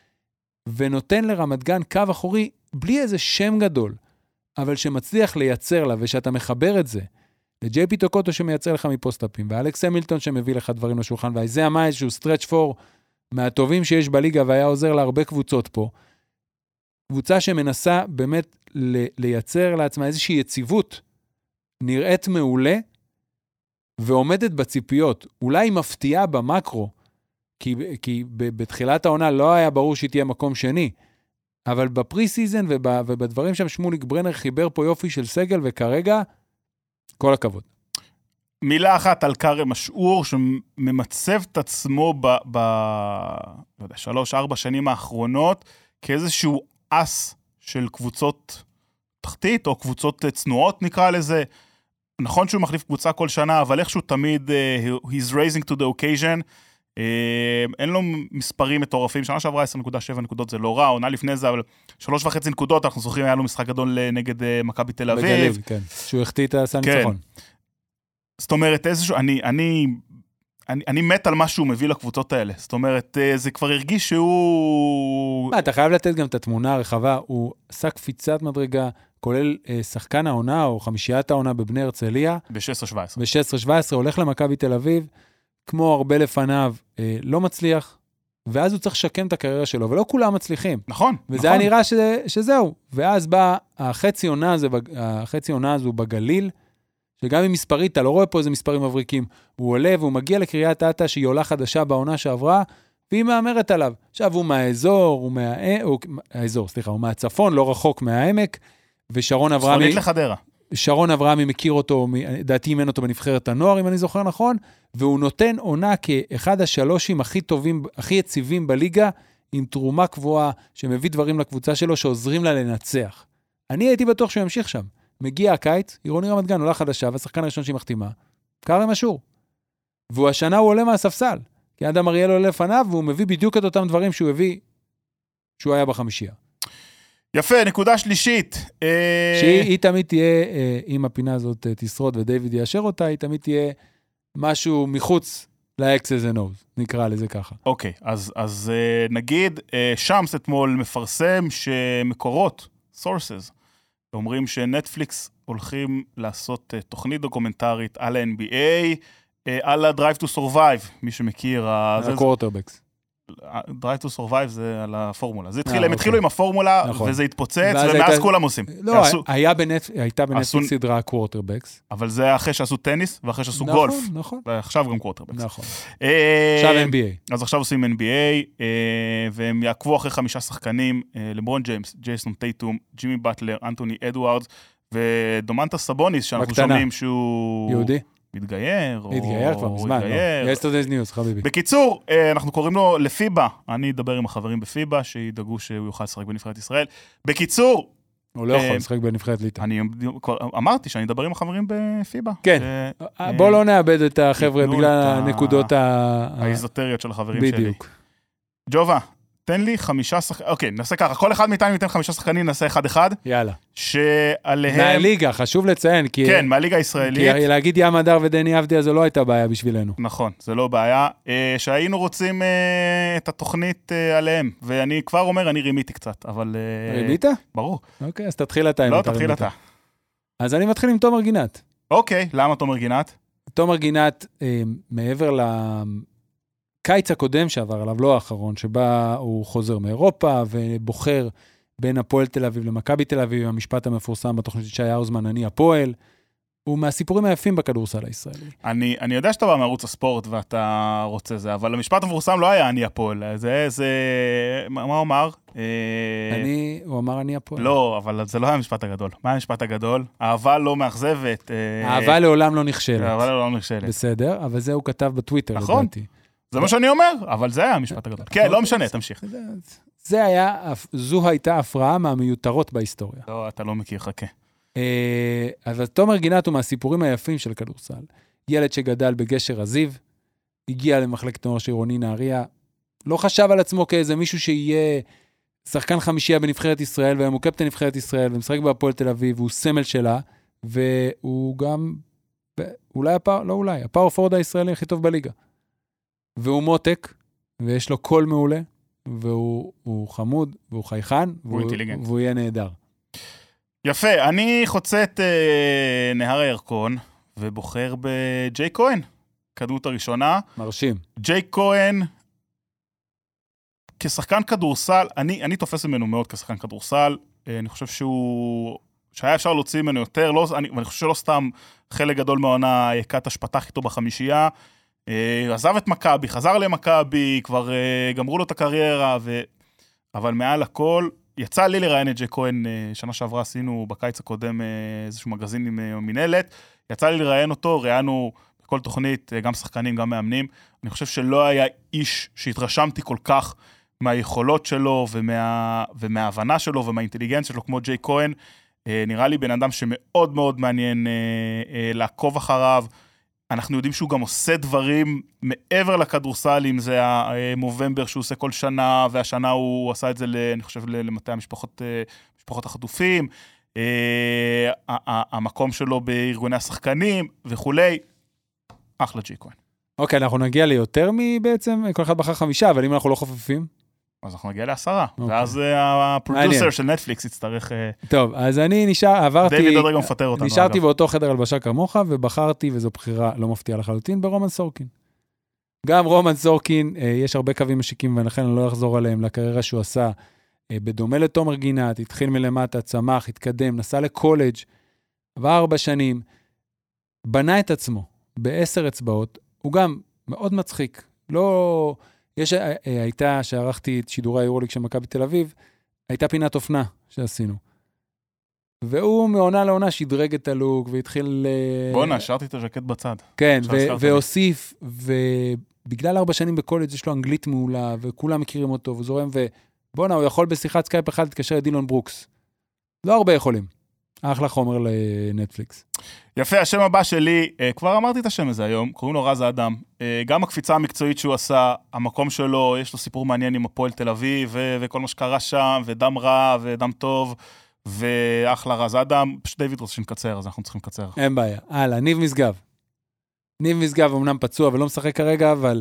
ונותן לרמת גן קו אחורי, בלי איזה שם גדול, אבל שמצליח לייצר לה, ושאתה מחבר את זה, לג'יי פי טוקוטו שמייצר לך מפוסט-אפים, ואלכס המילטון שמביא לך דברים לשולחן, ואיזיה מיילס שהוא סטרץ' פור, מהטובים שיש בליגה, והיה עוזר להרבה קבוצות פה, קבוצה שמנסה באמת לייצר לעצמה איזושהי יציבות, נראית מעולה, ועומדת בציפיות, אולי מפתיעה במקרו, כי בתחילת העונה לא היה ברור שהיא תהיה מקום שני, אבל בפרי סיזן ובדברים שם שמוליק ברנר חיבר פה יופי של סגל, וכרגע כל הכבוד. מילה אחת על קארם משעור, שממצב את עצמו לא יודע, 3-4 שנים האחרונות, כאיזשהו אס של קבוצות תחתית, או קבוצות צנועות נקרא לזה. נכון שהוא מחליף קבוצה כל שנה, אבל איכשהו תמיד, he's raising to the occasion, אין לו מספרים מטורפים, שנה שעברה 10.7 נקודות זה לא רע, עונה לפני זה, אבל 3.5 נקודות, אנחנו זוכרים, היה לו משחק גדול נגד מכבי תל אביב. בגליל, כן, שהוא החטיא את הסל ניצחון. זאת אומרת, איזשהו, אני מת על מה שהוא מביא לקבוצות האלה. זאת אומרת, זה כבר הרגיש שהוא... אתה חייב לתת גם את התמונה הרחבה, הוא עשה קפיצת מדרגה, כולל שחקן העונה או חמישיית העונה בבני הרצליה. ב-16-17. הולך למכבי תל אביב, כמו הרבה לפניו, לא מצליח, ואז הוא צריך לשקם את הקריירה שלו, ולא כולם מצליחים. נכון. וזה היה נראה שזהו. ואז בא החצי עונה הזו בגליל, שגם עם מספרית, אתה לא רואה פה איזה מספרים מבריקים, הוא עולה והוא מגיע לקריית אתא, שהיא עולה חדשה בעונה שעברה, והיא מאמרת עליו. עכשיו הוא מהאזור, הוא מהצפון, לא רחוק מהעמק, ושרון אברהמי... צפונית לחדרה. שרון אברהמי מכיר אותו, דעתי אימן אותו בנבחרת הנוער, אם אני זוכר נכון, והוא נותן עונה כאחד השלושים הכי טובים, הכי יציבים בליגה, עם תרומה קבועה, שמביא דברים לקבוצה שלו, שעוזרים לה לנצח. אני הייתי בטוח שהוא ימשיך שם. מגיע הקיץ, עירוני רמת גן, עולה חדשה, והשחקן הראשון שהיא מחתימה, קארם משעור. והשנה הוא עולה מהספסל, כי אדם אריאל עולה לפניו, והוא מביא בדיוק את אותם דברים שהוא הביא, שהוא היה בחמישייה. יפה, נקודה שלישית. שהיא תמיד תהיה, אם הפינה הזאת תשרוד ודייוויד יאשר אותה, היא תמיד תהיה משהו מחוץ ל-X's and O's, נקרא לזה ככה. אוקיי, אז נגיד, שמס אתמול מפרסם שמקורות, sources, אומרים שנטפליקס הולכים לעשות תוכנית דוקומנטרית על ה-NBA, על ה-Drive to Survive, מי שמכיר. הקוורטרבקס. Drive to Survive זה על הפורמולה. הם התחילו עם הפורמולה, וזה התפוצץ, ומאז כולם עושים. לא, הייתה בנטפליקס סדרה קוורטרבקס. אבל זה אחרי שעשו טניס, ואחרי שעשו גולף. נכון. ועכשיו גם קוורטרבקס. נכון. עכשיו NBA. אז עכשיו עושים NBA, והם יעקבו אחרי 5 שחקנים, לברון ג'יימס, ג'ייסון טייטום, ג'ימי באטלר, אנטוני אדוארדס, ודומנטה סבוניס, שאנחנו שומעים שהוא... יהודי. מתגייר כבר מזמן, יסטרדייז ניוז, חביבי. בקיצור, אנחנו קוראים לו לפיבה, אני אדבר עם החברים בפיבה, שידאגו שהוא יוכל לשחק בנבחרת ישראל. בקיצור... הוא לא יכול לשחק בנבחרת ליטא. אני כבר אמרתי שאני אדבר עם החברים בפיבה. כן, בוא לא נאבד את החבר'ה בגלל הנקודות האיזוטריות של החברים שלי. בדיוק. ג'ובה, תן לי 5 שחקנים, אוקיי, נעשה ככה, כל אחד מאיתנו ניתן 5 שחקנים, נעשה 1-1. יאללה. שעליהם... מהליגה, חשוב לציין, כי... כן, מהליגה הישראלית. כי להגיד ים הדר ודני עבדיה, זו לא הייתה בעיה בשבילנו. נכון, זה לא בעיה. שהיינו רוצים את התוכנית עליהם, ואני כבר אומר, אני רימיתי קצת, אבל... רימית? ברור. אוקיי, אז תתחיל אתה. לא, תתחיל אתה. אז אני מתחיל עם תומר גינת. אוקיי, למה תומר גינת? תומר גינת, מעבר קיץ הקודם שעבר עליו, לא האחרון, שבה הוא חוזר מאירופה ובוחר בין הפועל תל אביב למכבי תל אביב, המשפט המפורסם בתוכנית שי האוזמן, אני הפועל, הוא מהסיפורים היפים בכדורסל הישראלי. אני יודע שאתה בא מערוץ הספורט ואתה רוצה זה, אבל המשפט המפורסם לא היה אני הפועל, מה הוא אמר? הוא אמר אני הפועל. לא, אבל זה לא היה המשפט הגדול. מה המשפט הגדול? אהבה לא מאכזבת. אהבה לעולם לא נכשלת. אהבה לעולם לא נכשלת. בסדר, אבל זה הוא כתב בטוויטר, נכון. זה מה שאני אומר, אבל זה היה המשפט הגדול. כן, לא משנה, תמשיך. זו הייתה הפרעה מהמיותרות בהיסטוריה. לא, אתה לא מכיר, חכה. אז תומר גינת הוא מהסיפורים היפים של כדורסל. ילד שגדל בגשר הזיו, הגיע למחלקת נוער עירוני נהריה, לא חשב על עצמו כאיזה מישהו שיהיה שחקן חמישייה בנבחרת ישראל, והוא קפטן נבחרת ישראל, ומשחק בהפועל תל אביב, והוא סמל שלה, והוא גם, הפאור פורד הישראלי הכי טוב בליגה. והוא מותק, ויש לו קול מעולה, והוא חמוד, והוא חייכן, והוא יהיה נהדר. יפה, אני חוצה את נהר הירקון, ובוחר בג'יי כהן, כדמות הראשונה. מרשים. ג'יי כהן, כשחקן כדורסל, אני תופס ממנו מאוד כשחקן כדורסל, אני חושב שהיה אפשר להוציא ממנו יותר, ואני חושב שלא סתם חלק גדול מהעונה, קטש פתח איתו בחמישייה, עזב את מכבי, חזר למכבי, כבר גמרו לו את הקריירה, אבל מעל הכל, יצא לי לראיין את ג'יי כהן, שנה שעברה עשינו בקיץ הקודם איזשהו מגזין עם מנהלת, יצא לי לראיין אותו, ראיינו בכל תוכנית, גם שחקנים, גם מאמנים, אני חושב שלא היה איש שהתרשמתי כל כך מהיכולות שלו ומההבנה שלו ומהאינטליגנציה שלו כמו ג'יי כהן, נראה לי בן אדם שמאוד מאוד מעניין לעקוב אחריו, אנחנו יודעים שהוא גם עושה דברים מעבר לכדורסל, אם זה המובמבר שהוא עושה כל שנה, והשנה הוא עשה את זה, אני חושב, למטה משפחות החטופים, המקום שלו בארגוני השחקנים וכולי, אחלה ג'יי כהן. אוקיי, אנחנו נגיע ליותר מבעצם, כל אחד בחר 5, אבל אם אנחנו לא חופפים? אז אנחנו נגיע ל10, ואז הפרודוסר של נטפליקס יצטרך... טוב, אז אני עברתי... דיוויד עוד רגע מפטר אותנו. נשארתי באותו חדר הלבשה כמוך, ובחרתי, וזו בחירה לא מפתיעה לחלוטין, ברומן סורקין. גם רומן סורקין, יש הרבה קווים משיקים, ולכן אני לא אחזור עליהם לקריירה שהוא עשה, בדומה לתומר גינת, התחיל מלמטה, צמח, התקדם, נסע לקולג', עבר 4 שנים, בנה את עצמו ב10 אצבעות, הוא גם מאוד מצחיק, לא... הייתה, שערכתי את שידורי היורוליג של מכבי תל אביב, הייתה פינת אופנה שעשינו. והוא מעונה לעונה שדרג את הלוק, והתחיל... בוא'נה, שרתי את הז'קט בצד. כן, והוסיף, ובגלל 4 שנים בקולג' יש לו אנגלית מעולה, וכולם מכירים אותו, והוא זורם, ובוא'נה, הוא יכול בשיחת סקייפ אחד להתקשר לדילון ברוקס. לא הרבה יכולים. אחלה חומר לנטפליקס. יפה, השם הבא שלי, כבר אמרתי את השם הזה היום, קוראים לו רז האדם. גם הקפיצה המקצועית שהוא עשה, המקום שלו, יש לו סיפור מעניין עם הפועל תל אביב, וכל מה שקרה שם, ודם רע, ודם טוב, ואחלה רז האדם. פשוט דיוויד רוצה שנקצר, אז אנחנו צריכים לקצר. אין בעיה. הלאה, ניב משגב. ניב משגב אמנם פצוע ולא משחק כרגע, אבל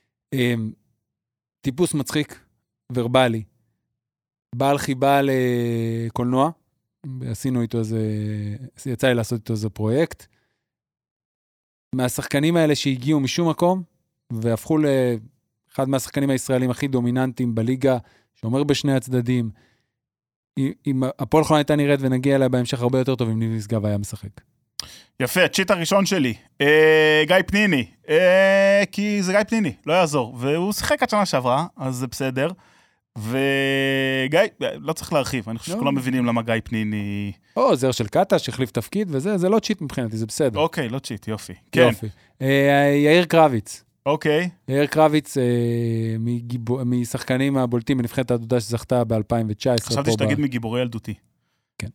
טיפוס מצחיק, ורבלי. בעל חיבה לקולנוע, עשינו איתו איזה, יצא לי לעשות איתו איזה פרויקט. מהשחקנים האלה שהגיעו משום מקום, והפכו לאחד מהשחקנים הישראלים הכי דומיננטיים בליגה, שאומר בשני הצדדים, אם הפועל חולון הייתה נראית ונגיע אליה בהמשך הרבה יותר טוב, אם ניב משגב היה משחק. יפה, הצ'יט הראשון שלי, גיא פניני, כי זה גיא פניני, לא יעזור, והוא שיחק עד שנה שעברה, אז זה בסדר, וגיא, לא צריך להרחיב, אני חושב שכולם מבינים למה גיא פניני... זר של קטה, שהחליף תפקיד, וזה, זה לא צ'יט מבחינתי, זה בסדר. אוקיי, לא צ'יט, יופי. כן. יופי. יאיר קרביץ. אוקיי. יאיר קרביץ, משחקנים הבולטים, בנבחרת העדודה שזכתה ב-2019. חשבתי שתגיד מגיבורי ילדותי. כן.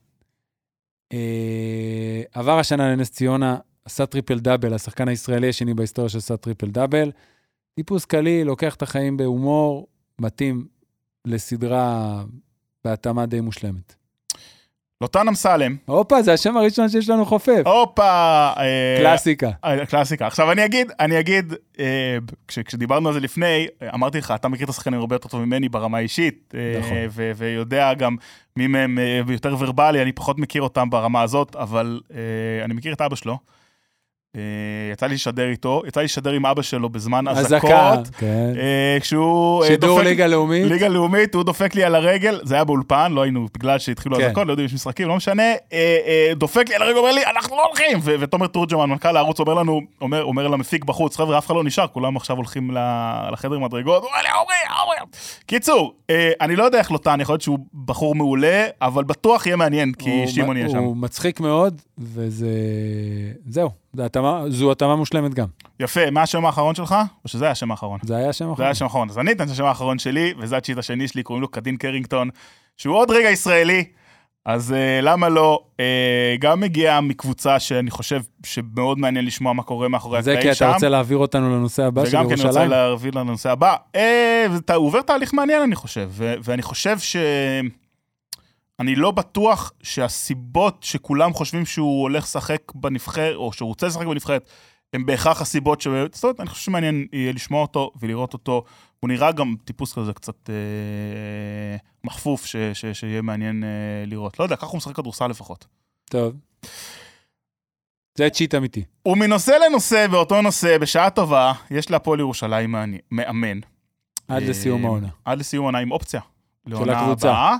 עבר השנה לנס ציונה, עשה טריפל דאבל, השחקן הישראלי השני בהיסטוריה שעשה טריפל דאבל. טיפוס קלי, לוקח את החיים בהומור, מתאים לסדרה בהתאמה די מושלמת. לוטן אמסלם. הופה, זה השם הראשון שיש לנו חופף. הופה. קלאסיקה. קלאסיקה. עכשיו אני אגיד, כשדיברנו על זה לפני, אמרתי לך, אתה מכיר את השחקנים הרבה יותר טוב ממני ברמה האישית, ויודע גם מי מהם יותר ורבלי, אני פחות מכיר אותם ברמה הזאת, אבל אני מכיר את אבא שלו. יצא לי לשדר איתו, יצא לי לשדר עם אבא שלו בזמן הזקות, כשהוא... שידור ליגה לאומית. ליגה לאומית, הוא דופק לי על הרגל, זה היה באולפן, לא היינו, בגלל שהתחילו הזקות, לא יודעים, יש משחקים, לא משנה, דופק לי על הרגל, אומר לי, אנחנו לא הולכים, ותומר תורג'מן, מנכ"ל הערוץ, אומר לנו, אומר למפיק בחוץ, חבר'ה, אף אחד לא נשאר, כולם עכשיו הולכים לחדר מדרגות, הוא אומר לי, אורי. קיצור, אני לא יודע איך לוטן, יכול להיות שהוא בחור מעולה, אבל בטוח יהיה מעניין, כי שימון יהיה שם. הוא מצחיק מאוד, וזהו. זו התאמה מושלמת גם. יפה, מה השם האחרון שלך? או שזה היה השם האחרון? זה היה השם האחרון. זה היה השם האחרון. אז אני אתן את השם האחרון שלי, וזה הצ'יט השני שלי, קוראים לו קדין קרינגטון, שהוא עוד רגע ישראלי, אז למה לא? גם מגיע מקבוצה שאני חושב שמאוד מעניין לשמוע מה קורה מאחורי הקלעים שם. זה כי אתה רוצה להעביר אותנו לנושא הבא של ירושלים? וגם כי אני רוצה להעביר לנושא הבא. הוא עובר תהליך מעניין, אני חושב, ואני חושב אני לא בטוח שהסיבות שכולם חושבים שהוא הולך לשחק בנבחרת, או שהוא רוצה לשחק בנבחרת, הם בהכרח הסיבות זאת אומרת, אני חושב שמעניין יהיה לשמוע אותו ולראות אותו. הוא נראה גם טיפוס כזה קצת מחפוף, שיהיה מעניין לראות. לא יודע, ככה הוא משחק כדורסל לפחות. טוב. זה צ'יט אמיתי. ומנושא לנושא, באותו נושא, בשעה טובה, יש להפועל ירושלים מאמן. עד לסיום העונה. עד לסיום העונה עם אופציה. של הקבוצה.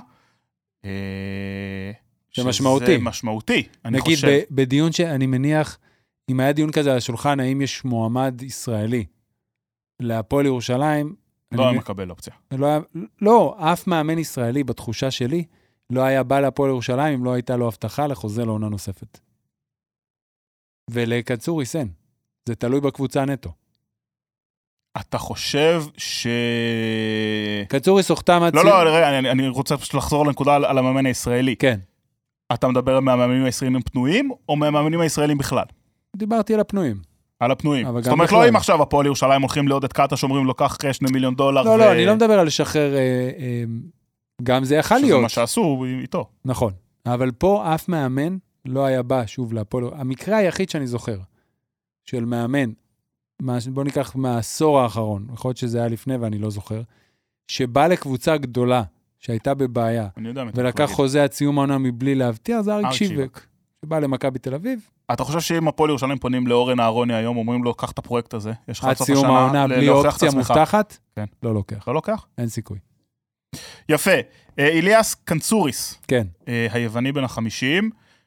זה משמעותי. שזה משמעותי, אני חושב. נגיד, בדיון שאני מניח, אם היה דיון כזה על השולחן, האם יש מועמד ישראלי להפועל ירושלים, לא היה מקבל אופציה. לא, אף מאמן ישראלי בתחושה שלי, לא היה בא להפועל ירושלים אם לא הייתה לו הבטחה לחוזה לעונה נוספת. ולקצוריס אין. זה תלוי בקבוצה נטו. אתה חושב קצוריס הוחתם עד... לא, אני רוצה פשוט לחזור לנקודה על המאמן הישראלי. כן. אתה מדבר מהמאמנים הישראלים פנויים, או מהמאמנים הישראלים בכלל? דיברתי על הפנויים. על הפנויים. זאת אומרת, לא אם עכשיו הפועל ירושלים הולכים לעודד קאטה, שאומרים לו, קח 2 מיליון דולר. לא, אני לא מדבר על לשחרר, גם זה יכול להיות. שזה מה שעשו איתו. נכון. אבל פה אף מאמן לא היה בא שוב להפועל. המקרה היחיד שאני זוכר, של מאמן, בוא ניקח מהעשור האחרון, יכול להיות שזה היה לפני ואני לא זוכר, שבא לקבוצה גדולה, שהייתה בבעיה, ולקח חוזה עד סיום העונה מבלי להבטיח, זה אריק שיבק, שבא למכבי תל אביב. אתה חושב שאם הפועל ירושלים פונים לאורן אהרוני היום, אומרים לו, קח את הפרויקט הזה, יש לך עד סיום העונה בלי אופציה מובטחת? כן. לא לוקח. לא לוקח? אין סיכוי. יפה. איליאס קנצוריס, כן. היווני בן ה-50,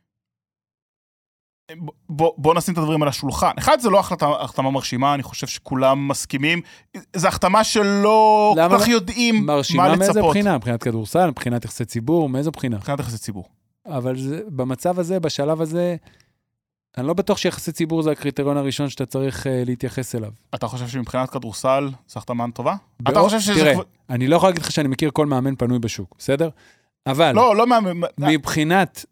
בוא נשים את הדברים על השולחן. אחד, זה לא החתמה מרשימה, אני חושב שכולם מסכימים. זו החתמה שלא כל כך יודעים מה לצפות. מרשימה מאיזה בחינה? מבחינת כדורסל, מבחינת יחסי ציבור, מאיזה בחינה? מבחינת יחסי ציבור. אבל במצב הזה, בשלב הזה, אני לא בטוח שיחסי ציבור זה הקריטריון הראשון שאתה צריך להתייחס אליו. אתה חושב שמבחינת כדורסל זו החתמה טובה? אתה חושב שזה... תראה, אני לא יכול להגיד לך שאני מכיר כל מאמן פנוי בשוק, בסדר? אבל... לא מאמן... מבחינת...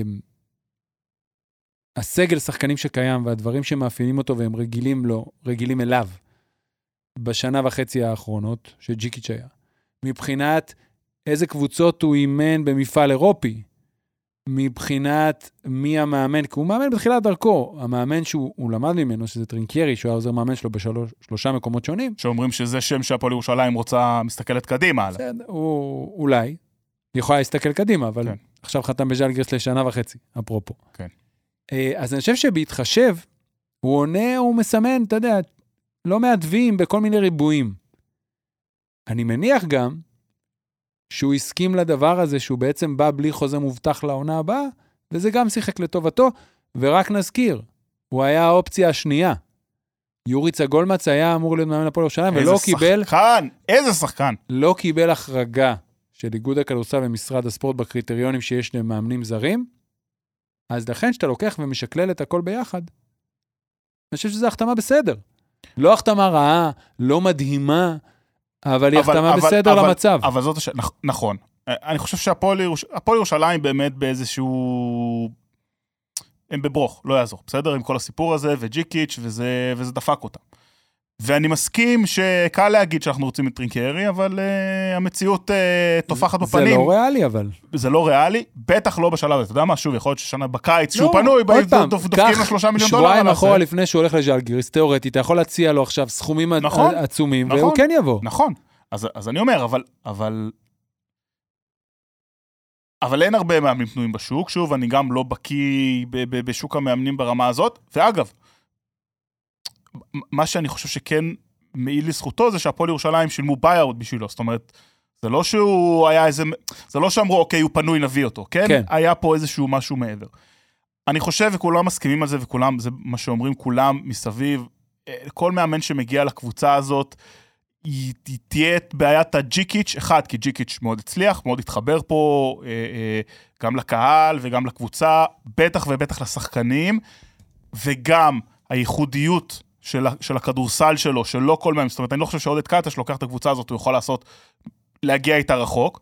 הסגל שחקנים שקיים והדברים שמאפיינים אותו והם רגילים אליו בשנה וחצי האחרונות שג'יקיץ' היה. מבחינת איזה קבוצות הוא אימן במפעל אירופי, מבחינת מי המאמן, כי הוא מאמן בתחילת דרכו, המאמן שהוא למד ממנו, שזה טרינקיירי, שהוא היה עוזר מאמן שלו בשלושה מקומות שונים. שאומרים שזה שם שהפועל ירושלים רוצה מסתכלת קדימה. בסדר, הוא אולי יכולה להסתכל קדימה, אבל כן. עכשיו חתם בז'אלגיריס לשנה וחצי, אפרופו. כן. אז אני חושב שבהתחשב, הוא עונה, הוא מסמן, אתה יודע, לא מעדבים בכל מיני ריבועים. אני מניח גם שהוא הסכים לדבר הזה, שהוא בעצם בא בלי חוזה מובטח לעונה הבאה, וזה גם שיחק לטובתו, ורק נזכיר, הוא היה האופציה השנייה. יורי צגולמץ היה אמור להיות מאמן הפועל ירושלים, ולא קיבל... איזה שחקן! לא קיבל החרגה של איגוד הכדורסל ומשרד הספורט בקריטריונים שיש למאמנים זרים, אז לכן שאתה לוקח ומשקלל את הכל ביחד, אני חושב שזו החתמה בסדר. לא החתמה רעה, לא מדהימה, אבל היא החתמה בסדר למצב. אבל זאת נכון. אני חושב שהפועל ירושלים באמת באיזשהו... הם בברוך, לא יעזור. בסדר? עם כל הסיפור הזה, וג'יקיץ' וזה דפק אותם. ואני מסכים שקל להגיד שאנחנו רוצים את טרינקיירי, אבל המציאות תופחת בפנים. זה לא ריאלי, אבל. זה לא ריאלי, בטח לא בשלב הזה. אתה יודע מה? שוב, יכול להיות ששנה בקיץ, שהוא פנוי, דופקים לו 3 מיליון דולר. שבועיים אחורה לפני שהוא הולך לז'אלגיריס, תיאורטית, אתה יכול להציע לו עכשיו סכומים עצומים, והוא כן יבוא. נכון. אז אני אומר, אבל אין הרבה מאמנים פנויים בשוק. שוב, אני גם לא בקיא בשוק המאמנים ברמה הזאת. ואגב, מה שאני חושב שכן מעיל לזכותו, זה שהפועל ירושלים שילמו ביי-אוט בשבילו. זאת אומרת, זה לא שהוא היה איזה... זה לא שאמרו, אוקיי, הוא פנוי, נביא אותו. כן? כן. היה פה איזשהו משהו מעבר. אני חושב, וכולם מסכימים על זה, וכולם, זה מה שאומרים כולם מסביב, כל מאמן שמגיע לקבוצה הזאת, היא תהיה את בעיית הג'יקיץ', אחד, כי ג'יקיץ' מאוד הצליח, מאוד התחבר פה, גם לקהל וגם לקבוצה, בטח ובטח לשחקנים, וגם הייחודיות של הכדורסל שלו, שלא כל מאמן, זאת אומרת, אני לא חושב שעודד קאטה שלוקח את הקבוצה הזאת, הוא יכול להגיע איתה רחוק,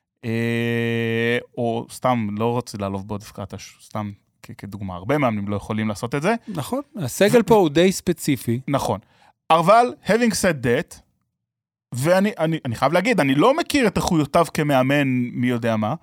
או סתם, לא רוצה לעלוב בעודד קאטה, סתם כדוגמה, הרבה מאמנים לא יכולים לעשות את זה. נכון, הסגל פה הוא די ספציפי. נכון, אבל having said that, ואני חייב להגיד, אני לא מכיר את איכויותיו כמאמן מי יודע מה,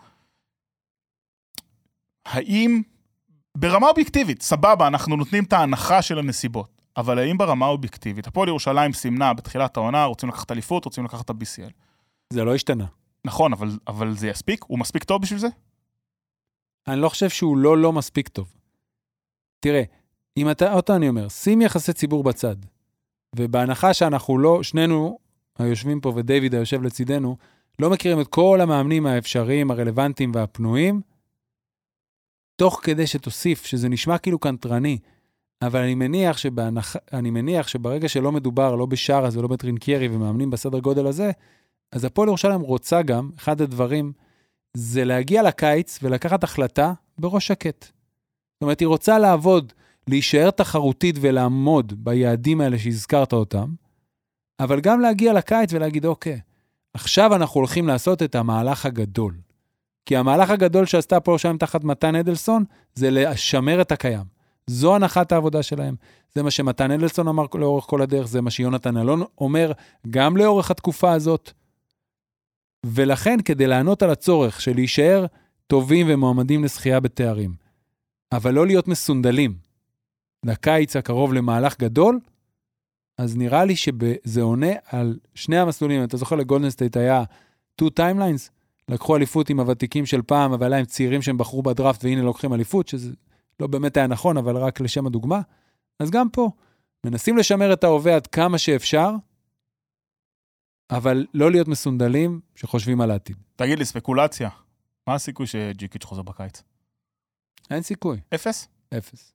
האם ברמה אובייקטיבית, סבבה, אנחנו נותנים את ההנחה של הנסיבות, אבל האם ברמה אובייקטיבית, הפועל ירושלים סימנה בתחילת העונה, רוצים לקחת אליפות, רוצים לקחת את ה-BCL. זה לא השתנה. נכון, אבל זה יספיק? הוא מספיק טוב בשביל זה? אני לא חושב שהוא לא מספיק טוב. תראה, אם אתה, אני אומר, שים יחסי ציבור בצד, ובהנחה שאנחנו לא, שנינו היושבים פה ודייוויד היושב לצידנו, לא מכירים את כל המאמנים האפשריים, הרלוונטיים והפנויים, תוך כדי שתוסיף, שזה נשמע כאילו קנטרני, אבל אני מניח שברגע שלא מדובר, לא בשרס ולא בטרינקיירי, ומאמנים בסדר גודל הזה, אז הפועל ירושלים רוצה גם, אחד הדברים, זה להגיע לקיץ ולקחת החלטה בראש שקט. זאת אומרת, היא רוצה לעבוד, להישאר תחרותית ולעמוד ביעדים האלה שהזכרת אותם, אבל גם להגיע לקיץ ולהגיד, אוקיי, עכשיו אנחנו הולכים לעשות את המהלך הגדול. כי המהלך הגדול שעשתה הפועל ירושלים תחת מתן אדלסון, זה לשמר את הקיים. זו הנחת העבודה שלהם. זה מה שמתן אדלסון אמר לאורך כל הדרך, זה מה שיונתן אלון אומר גם לאורך התקופה הזאת. ולכן, כדי לענות על הצורך של להישאר טובים ומועמדים לזכייה בתארים, אבל לא להיות מסונדלים לקיץ הקרוב למהלך גדול, אז נראה לי שזה עונה על שני המסלולים. אתה זוכר לגולדן סטייט היה 2 timelines, לקחו אליפות עם הוותיקים של פעם, אבל הם צעירים שהם בחרו בדראפט, והנה לוקחים אליפות, שזה לא באמת היה נכון, אבל רק לשם הדוגמה. אז גם פה, מנסים לשמר את ההווה עד כמה שאפשר, אבל לא להיות מסונדלים שחושבים על העתיד. תגיד לי, ספקולציה, מה הסיכוי שג'יקיץ' חוזר בקיץ? אין סיכוי. 0? 0.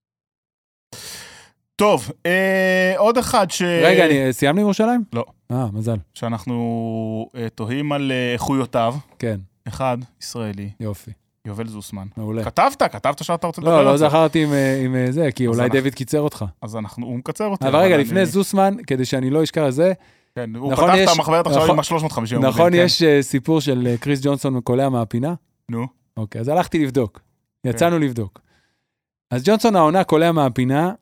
טוב, עוד אחד רגע, סיימנו עם ירושלים? לא. מזל. שאנחנו תוהים על איכויותיו. כן. אחד, ישראלי. יופי. יובל זוסמן. מעולה. כתבת שאתה רוצה לדבר על זה? לא זכרתי עם זה, כי אולי דיוויד קיצר אותך. אז הוא מקצר אותי. אבל רגע, לפני זוסמן, כדי שאני לא אשכח על זה, כן, הוא פתח את המחברת עכשיו עם ה-350. נכון, יש סיפור של קריס ג'ונסון מקולע מהפינה? נו. אוקיי, אז הלכתי לבדוק. יצאנו לבדוק. אז ג'ונסון העונה קולע מהפינה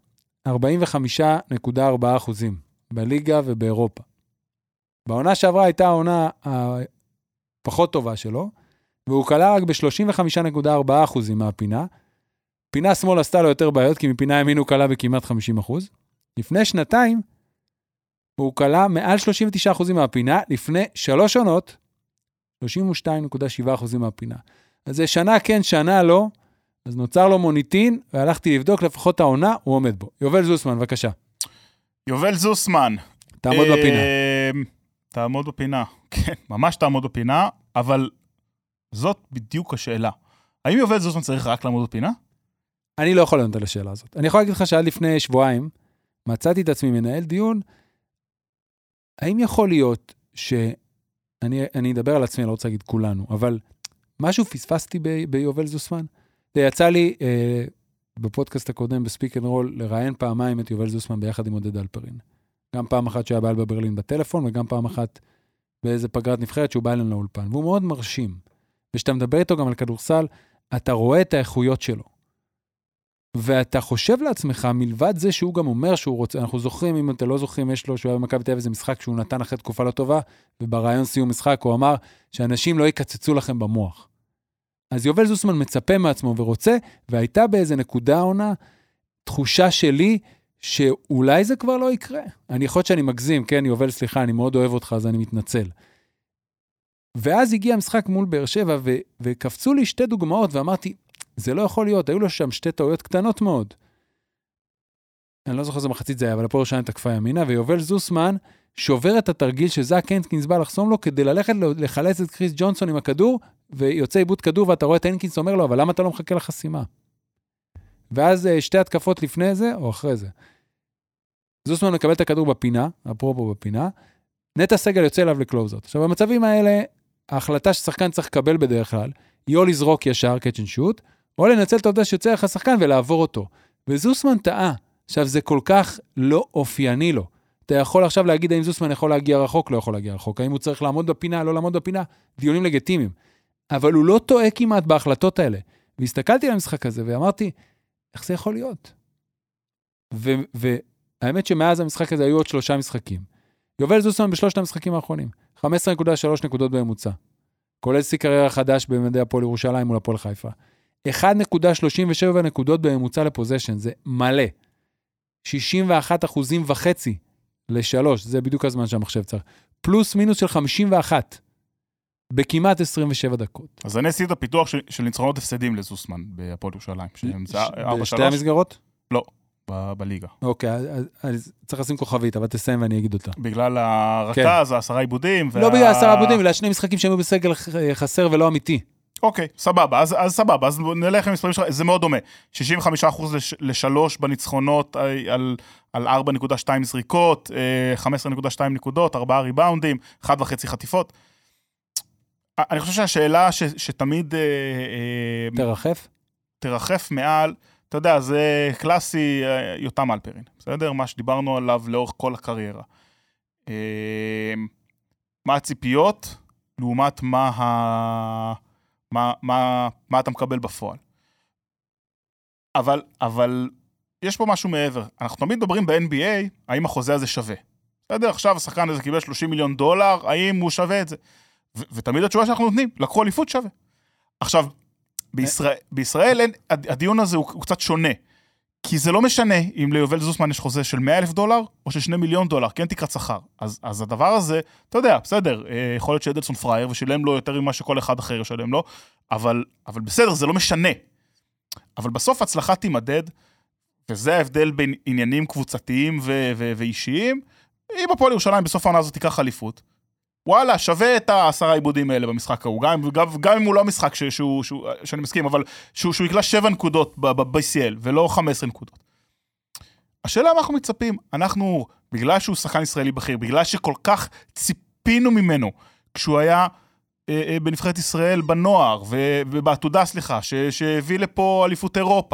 45.4% בליגה ובאירופה. בעונה שעברה הייתה העונה הפחות טובה שלו, והוא קלע רק ב-35.4% מהפינה. פינה שמאל עשתה לו יותר בעיות, כי מפינה ימין הוא קלע בכמעט 50%. לפני שנתיים, הוא קלע מעל 39% מהפינה, לפני 3 עונות, 32.7% מהפינה. אז זה שנה כן, שנה לא, אז נוצר לו מוניטין, והלכתי לבדוק לפחות העונה, הוא עומד בו. יובל זוסמן, בבקשה. יובל זוסמן. תעמוד בפינה. תעמוד בפינה, כן, ממש תעמוד בפינה, אבל זאת בדיוק השאלה. האם יובל זוסמן צריך רק לעמוד בפינה? אני לא יכול לענות על השאלה הזאת. אני יכול להגיד לך שעד לפני שבועיים, מצאתי את עצמי מנהל דיון, האם יכול להיות אני אדבר על עצמי, אני לא רוצה להגיד כולנו, אבל משהו פספסתי ביובל זוסמן? זה יצא לי בפודקאסט הקודם, בספיק אנד רול, לראיין פעמיים את יובל זוסמן ביחד עם עודד אלפרין. גם פעם אחת שהיה באלבה ברלין בטלפון, וגם פעם אחת באיזה פגרת נבחרת שהוא בא אלינו לאולפן. והוא מאוד מרשים. ושאתה מדבר איתו גם על כדורסל, אתה רואה את האיכויות שלו. ואתה חושב לעצמך, מלבד זה שהוא גם אומר שהוא רוצה, אנחנו זוכרים, אם אתם לא זוכרים, יש לו, שהוא היה במכבי תל אביב, איזה משחק שהוא נתן אחרי תקופה לא טובה, וברעיון סיום משחק הוא אמר, שאנשים לא יקצצו לכם במוח. אז יובל זוסמן מצפה מעצמו ורוצה, והייתה באיזה נקודה עונה, תחושה שלי, שאולי זה כבר לא יקרה. אני יכול שאני מגזים, כן, יובל, סליחה, אני מאוד אוהב אותך, אז אני מתנצל. ואז הגיע המשחק מול באר שבע, וקפצו לי 2 דוגמאות, ואמרתי, זה לא יכול להיות, היו לו שם 2 טעויות קטנות מאוד. אני לא זוכר איזה מחצית זה היה, אבל הפועל ירושלים תקפה ימינה, ויובל זוסמן שובר את התרגיל שזאק הנקינס בא לחסום לו, כדי ללכת לחלץ את קריס ג'ונסון עם הכדור, ויוצא איבוד כדור, ואתה רואה את הנקינס אומר לו, אבל למה אתה לא מחכה לחסימה? ואז 2 התקפות לפני זה, או אחרי זה. זוסמן מקבל את הכדור בפינה, אפרופו בפינה, נטע סגל יוצא אליו לקלוזות. עכשיו, במצבים האלה, ההחלטה ששחקן צריך לקבל בדרך כלל, היא או לזרוק ישר, catch and shoot, או לנצל את העובדה שיוצא לך שחקן ולעבור אותו. וזוסמן טעה. עכשיו, זה כל כך לא אופייני לו. אתה יכול עכשיו להגיד האם זוסמן יכול להגיע רחוק, לא יכול להגיע רחוק. האם הוא צריך לעמוד בפינה, לא לעמוד בפינה, דיונים לגיטימיים. אבל הוא לא טועה כמעט בהחלטות האלה. והסתכלתי על המשחק הזה ואמרתי, איך זה יכול להיות? והאמת שמאז המשחק הזה היו עוד 3 משחקים. יובל זוסמן ב3 המשחקים האחרונים. 15.3 נקודות בממוצע. כולל שיא קריירה חדש במדי הפועל ירושלים מול הפועל חיפה. 1.37 נקודות בממוצע לפוזיישן, זה מלא. 61.5% ל3, זה בדיוק הזמן שהמחשב צריך. פלוס מינוס של 51, בכמעט 27 דקות. אז אני עשיתי את הפיתוח של ניצחונות הפסדים לזוסמן בהפועל ירושלים. בשתי המסגרות? לא, בליגה. אוקיי, אז צריך לשים כוכבית, אבל תסיים ואני אגיד אותה. בגלל הרכז, 10 עיבודים. לא בגלל 10 עיבודים, אלא 2 משחקים שהיו בסגל חסר ולא אמיתי. אוקיי, סבבה, אז סבבה, אז נלך עם מספרים שלך, זה מאוד דומה. 65% ל-3 בניצחונות על 4.2 זריקות, 15.2 נקודות, 4 ריבאונדים, 1.5 חטיפות. אני חושב שהשאלה שתמיד תרחף מעל, אתה יודע, זה קלאסי יותם אלפרין, בסדר? מה שדיברנו עליו לאורך כל הקריירה. מה הציפיות, לעומת מה אתה מקבל בפועל. אבל יש פה משהו מעבר. אנחנו תמיד מדברים ב-NBA, האם החוזה הזה שווה. בסדר, עכשיו השחקן הזה קיבל $30 מיליון, האם הוא שווה את זה? ותמיד התשובה שאנחנו נותנים, לקחו אליפות שווה. עכשיו, בישראל הדיון הזה הוא קצת שונה, כי זה לא משנה אם ליובל זוסמן יש חוזה של $100,000 או של $2 מיליון, כן תקרת שכר. אז הדבר הזה, אתה יודע, בסדר, יכול להיות שאדלסון פרייר ושילם לו יותר ממה שכל אחד אחר ישלם לו, אבל בסדר, זה לא משנה. אבל בסוף הצלחה תימדד, וזה ההבדל בין עניינים קבוצתיים ואישיים. אם הפועל ירושלים בסוף העונה הזאת תיקח אליפות, וואלה, שווה את 10 עיבודים האלה במשחק ההוא, גם אם הוא לא משחק שאני מסכים, אבל שהוא יקלה 7 נקודות ב-BCL, ולא 15 נקודות. השאלה מה אנחנו מצפים, אנחנו, בגלל שהוא שחקן ישראלי בכיר, בגלל שכל כך ציפינו ממנו, כשהוא היה בנבחרת ישראל בנוער, ובעתודה, סליחה, שהביא לפה אליפות אירופה,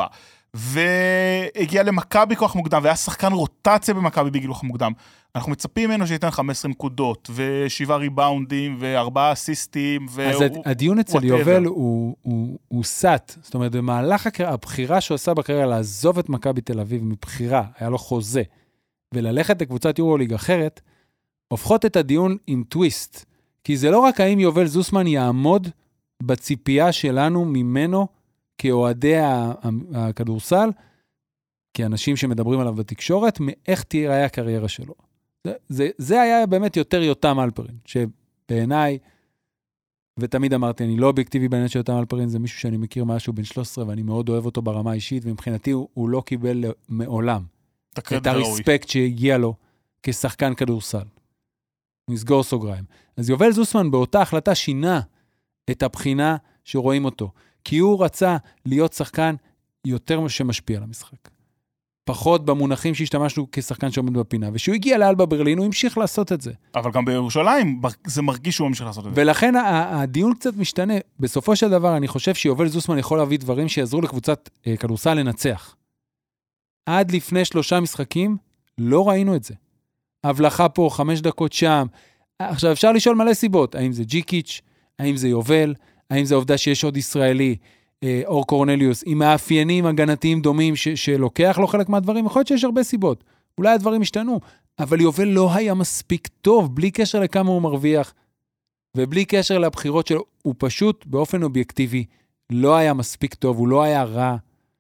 והגיע למכבי כוח מוקדם, והיה שחקן רוטציה במכבי בגילוח מוקדם. אנחנו מצפים ממנו שייתן 15 נקודות, ו7 ריבאונדים, ו4 אסיסטים, אז הדיון אצל יובל הוא סט, זאת אומרת, במהלך הבחירה שהוא עשה בקריירה לעזוב את מכבי תל אביב מבחירה, היה לו חוזה, וללכת לקבוצת יורוליג אחרת, הופכות את הדיון עם טוויסט, כי זה לא רק האם יובל זוסמן יעמוד בציפייה שלנו ממנו, כאוהדי הכדורסל, כאנשים שמדברים עליו בתקשורת, מאיך תיראה הקריירה שלו. זה היה באמת יותר יותם אלפרין, שבעיניי, ותמיד אמרתי, אני לא אובייקטיבי בעניין של יותם אלפרין, זה מישהו שאני מכיר משהו בן 13, ואני מאוד אוהב אותו ברמה האישית, ומבחינתי הוא לא קיבל מעולם את הרספקט שהגיע לו כשחקן כדורסל. נסגור סוגריים. אז יובל זוסמן באותה החלטה שינה את הבחינה שרואים אותו, כי הוא רצה להיות שחקן יותר שמשפיע על המשחק. פחות במונחים שהשתמשנו כשחקן שעומד בפינה, ושהוא הגיע לאלבה ברלין, הוא המשיך לעשות את זה. אבל גם בירושלים זה מרגיש שהוא המשיך לעשות את זה. ולכן הדיון קצת משתנה. בסופו של דבר אני חושב שיובל זוסמן יכול להביא דברים שיעזרו לקבוצת כדורסל לנצח. עד לפני 3 משחקים לא ראינו את זה. הבלחה פה, 5 דקות שם. עכשיו אפשר לשאול מלא סיבות. האם זה ג'יקיץ', האם זה יובל, האם זה העובדה שיש עוד ישראלי, אור קורנליוס, עם מאפיינים הגנתיים דומים שלוקח לו חלק מהדברים, יכול להיות שיש הרבה סיבות. אולי הדברים השתנו, אבל יובל לא היה מספיק טוב, בלי קשר לכמה הוא מרוויח, ובלי קשר לבחירות שלו, הוא פשוט באופן אובייקטיבי לא היה מספיק טוב, הוא לא היה רע,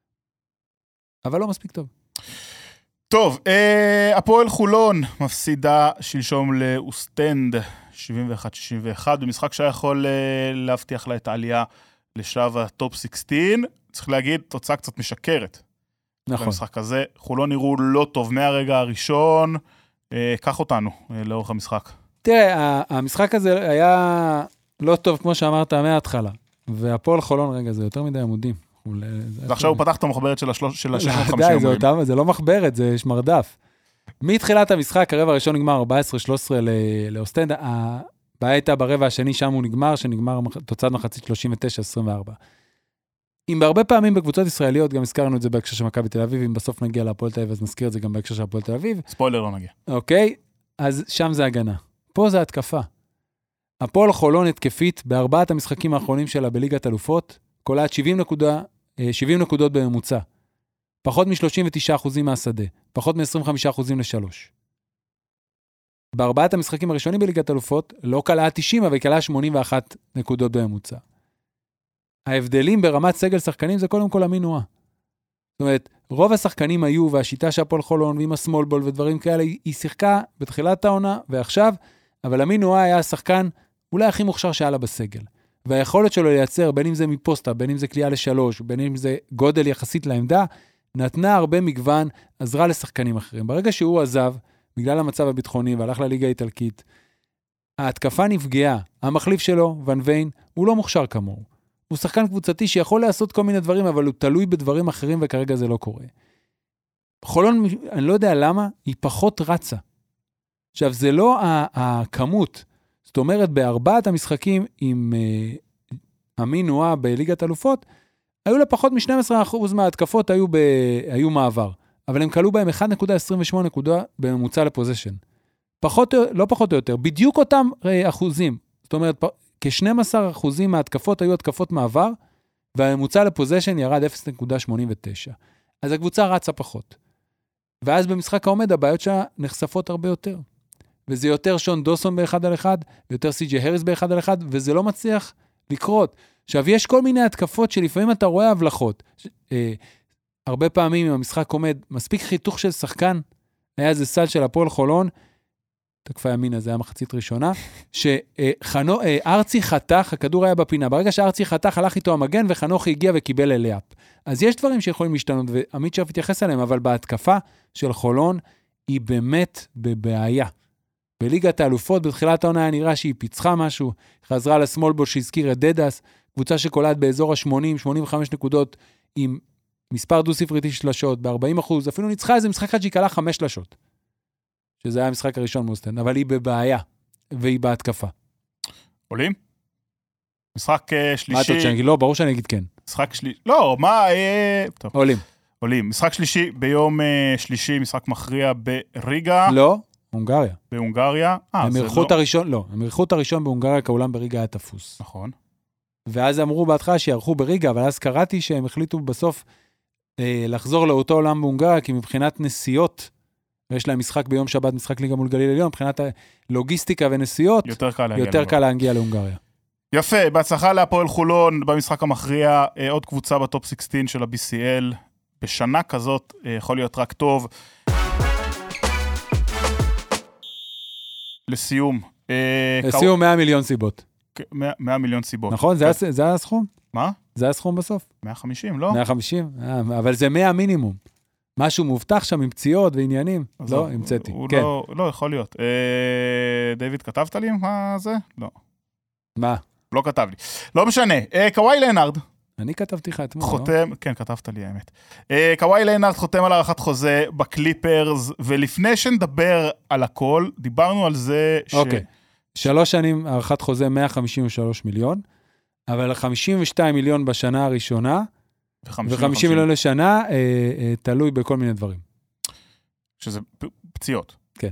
אבל לא מספיק טוב. טוב, הפועל חולון מפסידה שלשום לאוסטנד 71-61, במשחק שהיה יכול להבטיח לה את העלייה לשלב הטופ 16, צריך להגיד, תוצאה קצת משקרת. נכון. במשחק הזה, חולון נראו לא טוב מהרגע הראשון, קח אותנו לאורך המשחק. תראה, המשחק הזה היה לא טוב, כמו שאמרת, מההתחלה. והפועל חולון, רגע, זה יותר מדי עמודים. ועכשיו הוא פתח את המחברת של ה-650 עמודים. זה לא מחברת, זה שמרדף. מתחילת המשחק, הרבע הראשון נגמר 14-13 לאוסטנד, הבעיה הייתה ברבע השני, שם הוא נגמר, שנגמר תוצאת מחצית 39-24. אם בהרבה פעמים בקבוצות ישראליות, גם הזכרנו את זה בהקשר של מכבי תל אביב, אם בסוף נגיע להפועל תל אביב, אז נזכיר את זה גם בהקשר של הפועל תל אביב. ספוילר לא נגיע. אוקיי, אז שם זה הגנה. פה זה התקפה. הפועל חולון התקפית, בארבעת המשחקים האחרונים שלה בליגת אלופות, קולעת 70 נקודות בממוצע. פחות מ-39% מהשדה. פחות מ-25% ל3. בארבעת המשחקים הראשונים בליגת אלופות, לא קלעה 90, אבל קלעה 81 נקודות בממוצע. ההבדלים ברמת סגל שחקנים זה קודם כל המינועה. זאת אומרת, רוב השחקנים היו, והשיטה שהפועל חולון, ועם הסמול בול ודברים כאלה, היא שיחקה בתחילת העונה ועכשיו, אבל המינועה היה השחקן אולי הכי מוכשר שהיה לה בסגל. והיכולת שלו לייצר, בין אם זה מפוסטה, בין אם זה קליעה ל3, בין אם זה גודל יחסית לעמדה, נתנה הרבה מגוון, עזרה לשחקנים אחרים. ברגע שהוא עזב, בגלל המצב הביטחוני, והלך לליגה האיטלקית, ההתקפה נפגעה. המחליף שלו, ון ויין, הוא לא מוכשר כמוהו. הוא שחקן קבוצתי שיכול לעשות כל מיני דברים, אבל הוא תלוי בדברים אחרים, וכרגע זה לא קורה. חולון, אני לא יודע למה, היא פחות רצה. עכשיו, זה לא הכמות. זאת אומרת, בארבעת המשחקים עם אמין נועה בליגת אלופות, היו לה פחות מ-12% מההתקפות היו מעבר. אבל הם קלו בהם 1.28 נקודה בממוצע לפוזישן. לא פחות או יותר, בדיוק אותם אחוזים. זאת אומרת, כ-12% מההתקפות היו התקפות מעבר, והממוצע לפוזישן ירד 0.89. אז הקבוצה רצה פחות. ואז במשחק העומד, הבעיות שלה נחשפות הרבה יותר. וזה יותר שון דוסון ב1-1, ויותר סי.ג'יי הריס ב1-1, וזה לא מצליח לקרות. עכשיו, יש כל מיני התקפות שלפעמים אתה רואה הבלחות. הרבה פעמים, אם המשחק עומד, מספיק חיתוך של שחקן, היה איזה סל של הפועל חולון, תקפה ימינה, זה היה מחצית ראשונה, שארצי חתך, הכדור היה בפינה, ברגע שארצי חתך, הלך איתו המגן, וחנוך הגיע וקיבל אליאפ. אז יש דברים שיכולים להשתנות, ועמית שרף התייחס עליהם, אבל בהתקפה של חולון, היא באמת בבעיה. בליגת האלופות, בתחילת העונה היה נראה שהיא פיצחה משהו, חזרה לסמולבול שהזכיר את דדס, קבוצה שקולעת באזור ה-80-85 נקודות, עם מספר דו-ספריתי שלשות, ב-40%, אפילו ניצחה איזה משחק אחד שהיא קלה 5 שלשות. שזה היה המשחק הראשון מוסטן, אבל היא בבעיה, והיא בהתקפה. עולים? משחק שלישי... מה אתה רוצה שאני אגיד? לא, ברור שאני אגיד כן. משחק שלישי... לא, מה... טוב. עולים. עולים. משחק שלישי ביום שלישי, משחק מכריע בריגה. לא, הונגריה. בהונגריה. המרחות הראשון, לא, המרחות הראשון בהונגריה כאולם בריגה היה תפוס. נכון. ואז אמרו בהתחלה שיערכו בריגה, אבל אז קראתי שהם החליטו בסוף לחזור לאותו עולם בהונגריה, כי מבחינת נסיעות, ויש להם משחק ביום שבת, משחק ליגה מול גליל עליון, מבחינת לוגיסטיקה ונסיעות, יותר קל להגיע להונגריה. יפה, בהצלחה להפועל חולון במשחק המכריע, עוד קבוצה בטופ 16 של ה-BCL, בשנה כזאת יכול להיות רק טוב. לסיום. 100 מיליון סיבות. 100 מיליון סיבות. נכון? זה היה הסכום? מה? זה היה הסכום בסוף? 150, לא? 150? אבל זה 100 מינימום. משהו מובטח שם עם פציעות ועניינים. לא, המצאתי. כן. לא, יכול להיות. דיוויד, כתבת לי מה זה? לא. מה? לא כתב לי. לא משנה. קוואי לנארד. אני כתבתי לך אתמול, חותם, כן, כתבת לי האמת. קוואי לנארד חותם על הארכת חוזה בקליפרס, ולפני שנדבר על הכל, דיברנו על זה אוקיי. 3 שנים הארכת חוזה 153 מיליון, אבל 52 מיליון בשנה הראשונה, ו50 מיליון לשנה, תלוי בכל מיני דברים. שזה פציעות. כן.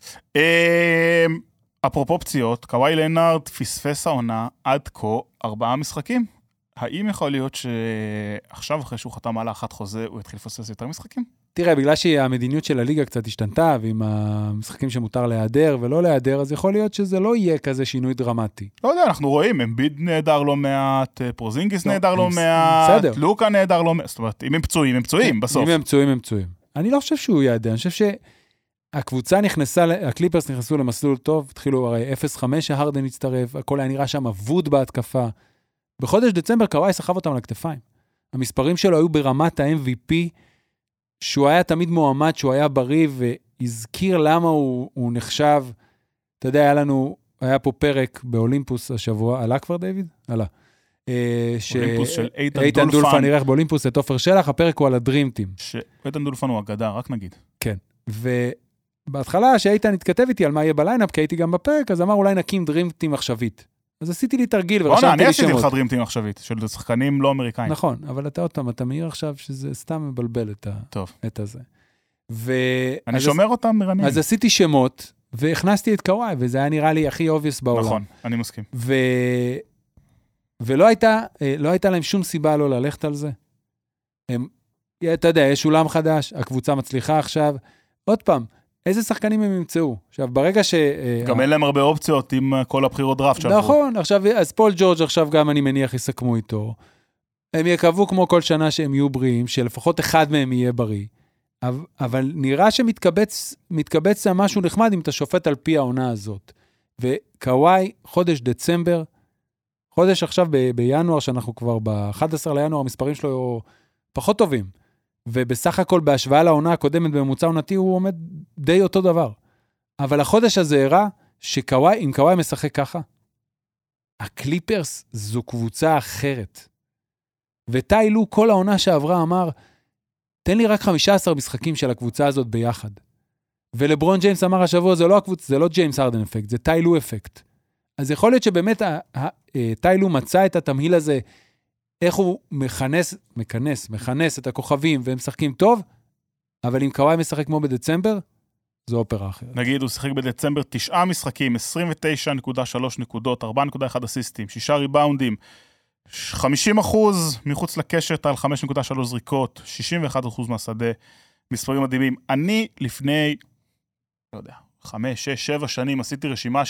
אפרופו פציעות, קוואי לנארד פספס העונה עד כה 4 משחקים. האם יכול להיות שעכשיו אחרי שהוא חתם על הארכת חוזה, הוא יתחיל לפספס יותר משחקים? תראה, בגלל שהמדיניות של הליגה קצת השתנתה, ועם המשחקים שמותר להיעדר ולא להיעדר, אז יכול להיות שזה לא יהיה כזה שינוי דרמטי. לא יודע, אנחנו רואים, אמביד נהדר לא מעט, פרוזינגיס נהדר לא מעט, לוקה נהדר לא מעט, זאת אומרת, אם הם פצועים, הם פצועים בסוף. אם הם פצועים, הם פצועים. אני לא חושב שהוא יעדר, אני חושב שהקבוצה נכנסה, הקליפרס נכנסו למסלול טוב, התחילו הרי 0-5 שהרדן הצטרף, הכל היה נראה שם אבוד בהתקפה. בחודש דצמבר קוואי סחב אותם על הכתפיים. המספרים שלו היו ברמת ה-MVP, שהוא היה תמיד מועמד, שהוא היה בריא, והזכיר למה הוא נחשב. אתה יודע, היה פה פרק באולימפוס השבוע, עלה כבר דיוויד? עלה. אולימפוס של איתן דולפן אירח באולימפוס את עופר שלח, הפרק הוא על הדרים טים. איתן דולפן הוא אגדה, רק נגיד. כן, ובהתחלה שאיתן התכתב איתי על מה יהיה בליינאפ, כי הייתי גם בפרק, אז אמר אולי נקים דרים טים עכשווית. אז עשיתי לי תרגיל ורשמתי לי שמות. אני עשיתי לך דרים טים עכשווית, של שחקנים לא אמריקאים. נכון, אבל אתה עוד פעם, אתה מעיר עכשיו שזה סתם מבלבל את הזה. אני שומר אותם מרנים. אז עשיתי שמות, והכנסתי את קוואי, וזה היה נראה לי הכי אובייס בעולם. נכון, אני מסכים. ולא הייתה להם שום סיבה לא ללכת על זה. אתה יודע, יש אולם חדש, הקבוצה מצליחה עכשיו. עוד פעם, איזה שחקנים הם ימצאו? עכשיו, ברגע גם אין להם הרבה אופציות עם כל הבחירות דראפט שלנו. נכון, עכשיו, אז פול ג'ורג' עכשיו גם אני מניח יסכמו איתו. הם יקוו כמו כל שנה שהם יהיו בריאים, שלפחות אחד מהם יהיה בריא. אבל נראה שמתקבץ משהו נחמד אם אתה שופט על פי העונה הזאת. וקוואי, חודש דצמבר, חודש עכשיו בינואר, שאנחנו כבר ב-11 לינואר, המספרים שלו פחות טובים. ובסך הכל בהשוואה לעונה הקודמת בממוצע עונתי, הוא עומד די אותו דבר. אבל החודש הזה הראה שאם קוואי משחק ככה, הקליפרס זו קבוצה אחרת. וטיילו כל העונה שעברה אמר, תן לי רק 15 משחקים של הקבוצה הזאת ביחד. ולברון ג'יימס אמר השבוע, זה לא הקבוצה, זה לא ג'יימס הרדן אפקט, זה טיילו אפקט. אז יכול להיות שבאמת טיילו מצא את התמהיל הזה, איך הוא מכנס את הכוכבים והם משחקים טוב, אבל אם קוואי משחק כמו בדצמבר, זו אופרה אחרת. נגיד, הוא שיחק בדצמבר 9 משחקים, 29.3 נקודות, 4.1 אסיסטים, 6 ריבאונדים, 50% מחוץ לקשת על 5.3 זריקות, 61% מהשדה, מספרים מדהימים. אני לפני, לא יודע, 5, 6, 7 שנים עשיתי רשימה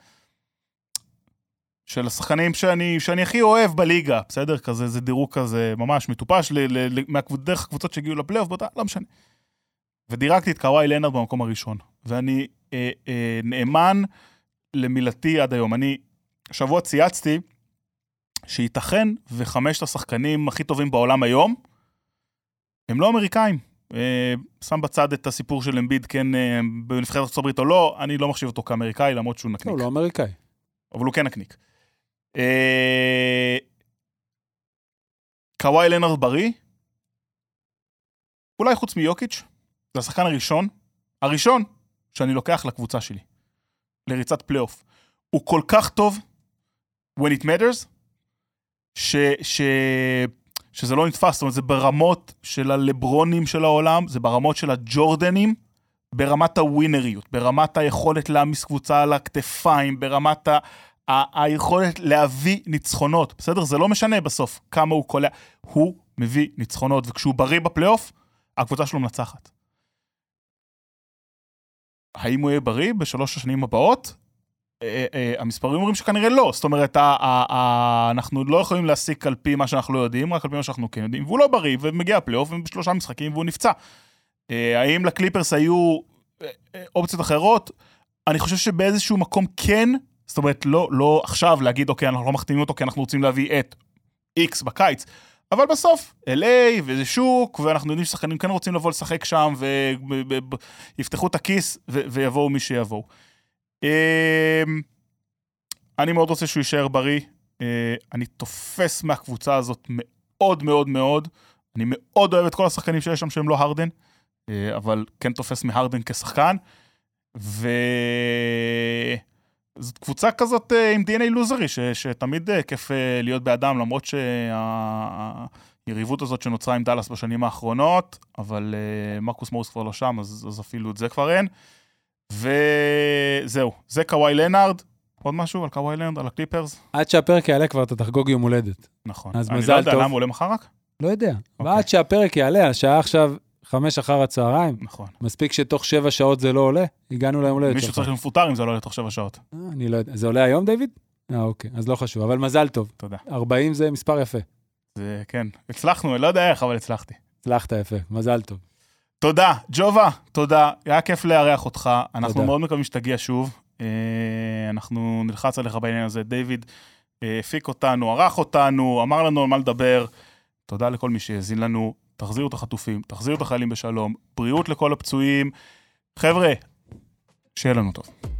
של השחקנים שאני הכי אוהב בליגה, בסדר? כזה, זה דירוג כזה ממש מטופש, דרך הקבוצות שהגיעו לפלייאוף, לא משנה. ודירקתי את קוואי לנארד במקום הראשון, ואני נאמן למילתי עד היום. אני שבוע צייצתי שייתכן וחמשת השחקנים הכי טובים בעולם היום, הם לא אמריקאים. שם בצד את הסיפור של אמביד, כן, בנבחרת ארצות הברית או לא, אני לא מחשיב אותו כאמריקאי, למרות שהוא נקניק. לא, לא אמריקאי. אבל הוא כן נקניק. קוואי לנארד בריא, אולי חוץ מיוקיץ', זה השחקן הראשון שאני לוקח לקבוצה שלי, לריצת פלייאוף. הוא כל כך טוב, when it matters, שזה לא נתפס, זאת אומרת, זה ברמות של הלברונים של העולם, זה ברמות של הג'ורדנים, ברמת הווינריות, ברמת היכולת להעמיס קבוצה על הכתפיים, ברמת היכולת להביא ניצחונות, בסדר? זה לא משנה בסוף כמה הוא קולע, הוא מביא ניצחונות, וכשהוא בריא בפלייאוף, הקבוצה שלו מנצחת. האם הוא יהיה בריא בשלוש השנים הבאות? המספרים אומרים שכנראה לא, זאת אומרת, אנחנו לא יכולים להסיק על פי מה שאנחנו לא יודעים, רק על פי מה שאנחנו כן יודעים, והוא לא בריא, ומגיע הפלייאוף, ובשלושה משחקים, והוא נפצע. האם לקליפרס היו אופציות אחרות? אני חושב שבאיזשהו מקום כן, זאת אומרת, לא עכשיו להגיד, אוקיי, אנחנו לא מחתימים אותו, כי אנחנו רוצים להביא את X בקיץ, אבל בסוף, LA וזה שוק, ואנחנו יודעים ששחקנים כן רוצים לבוא לשחק שם, ויפתחו את הכיס, ויבואו מי שיבואו. אני מאוד רוצה שהוא יישאר בריא, אני תופס מהקבוצה הזאת מאוד מאוד מאוד, אני מאוד אוהב את כל השחקנים שיש שם שהם לא הרדן, אבל כן תופס מהרדן כשחקן, זאת קבוצה כזאת עם DNA לוזרי, שתמיד כיף להיות באדם, למרות שהיריבות הזאת שנוצרה עם דלס בשנים האחרונות, אבל מרקוס מוריס כבר לא שם, אז אפילו את זה כבר אין. וזהו, זה קוואי לנארד. עוד משהו על קוואי לנארד, על הקליפרס? עד שהפרק יעלה כבר אתה תחגוג יום הולדת. נכון. אז אני מזל לא יודע טוב. למה הוא עולה מחר רק? לא יודע. ועד שהפרק יעלה, השעה עכשיו 5 אחר הצהריים. נכון. מספיק שתוך 7 שעות זה לא עולה. הגענו ליום הולדת. מישהו צריך למפוטר אם זה לא עולה תוך 7 שעות. אני לא יודע. זה עולה היום, דיוויד? אוקיי. אז לא חשוב, אבל מזל טוב. תודה. 40 זה מספר יפה. זה כן. הצלחנו, אני לא יודע איך, אבל הצלחתי. הצלחת יפה. מזל טוב. תודה. ג'ובה, תודה. היה כיף לארח אותך. אנחנו תודה. מאוד מקווים שתגיע שוב. אנחנו נלחץ עליך בעניין הזה. דיוויד הפיק אותנו, ערך אותנו, אמר לנו על מה לדבר. תודה לכל מי שהזין לנו. תחזירו את החטופים, תחזירו את החיילים בשלום. בריאות לכל הפצועים. חבר'ה, שיהיה לנו טוב.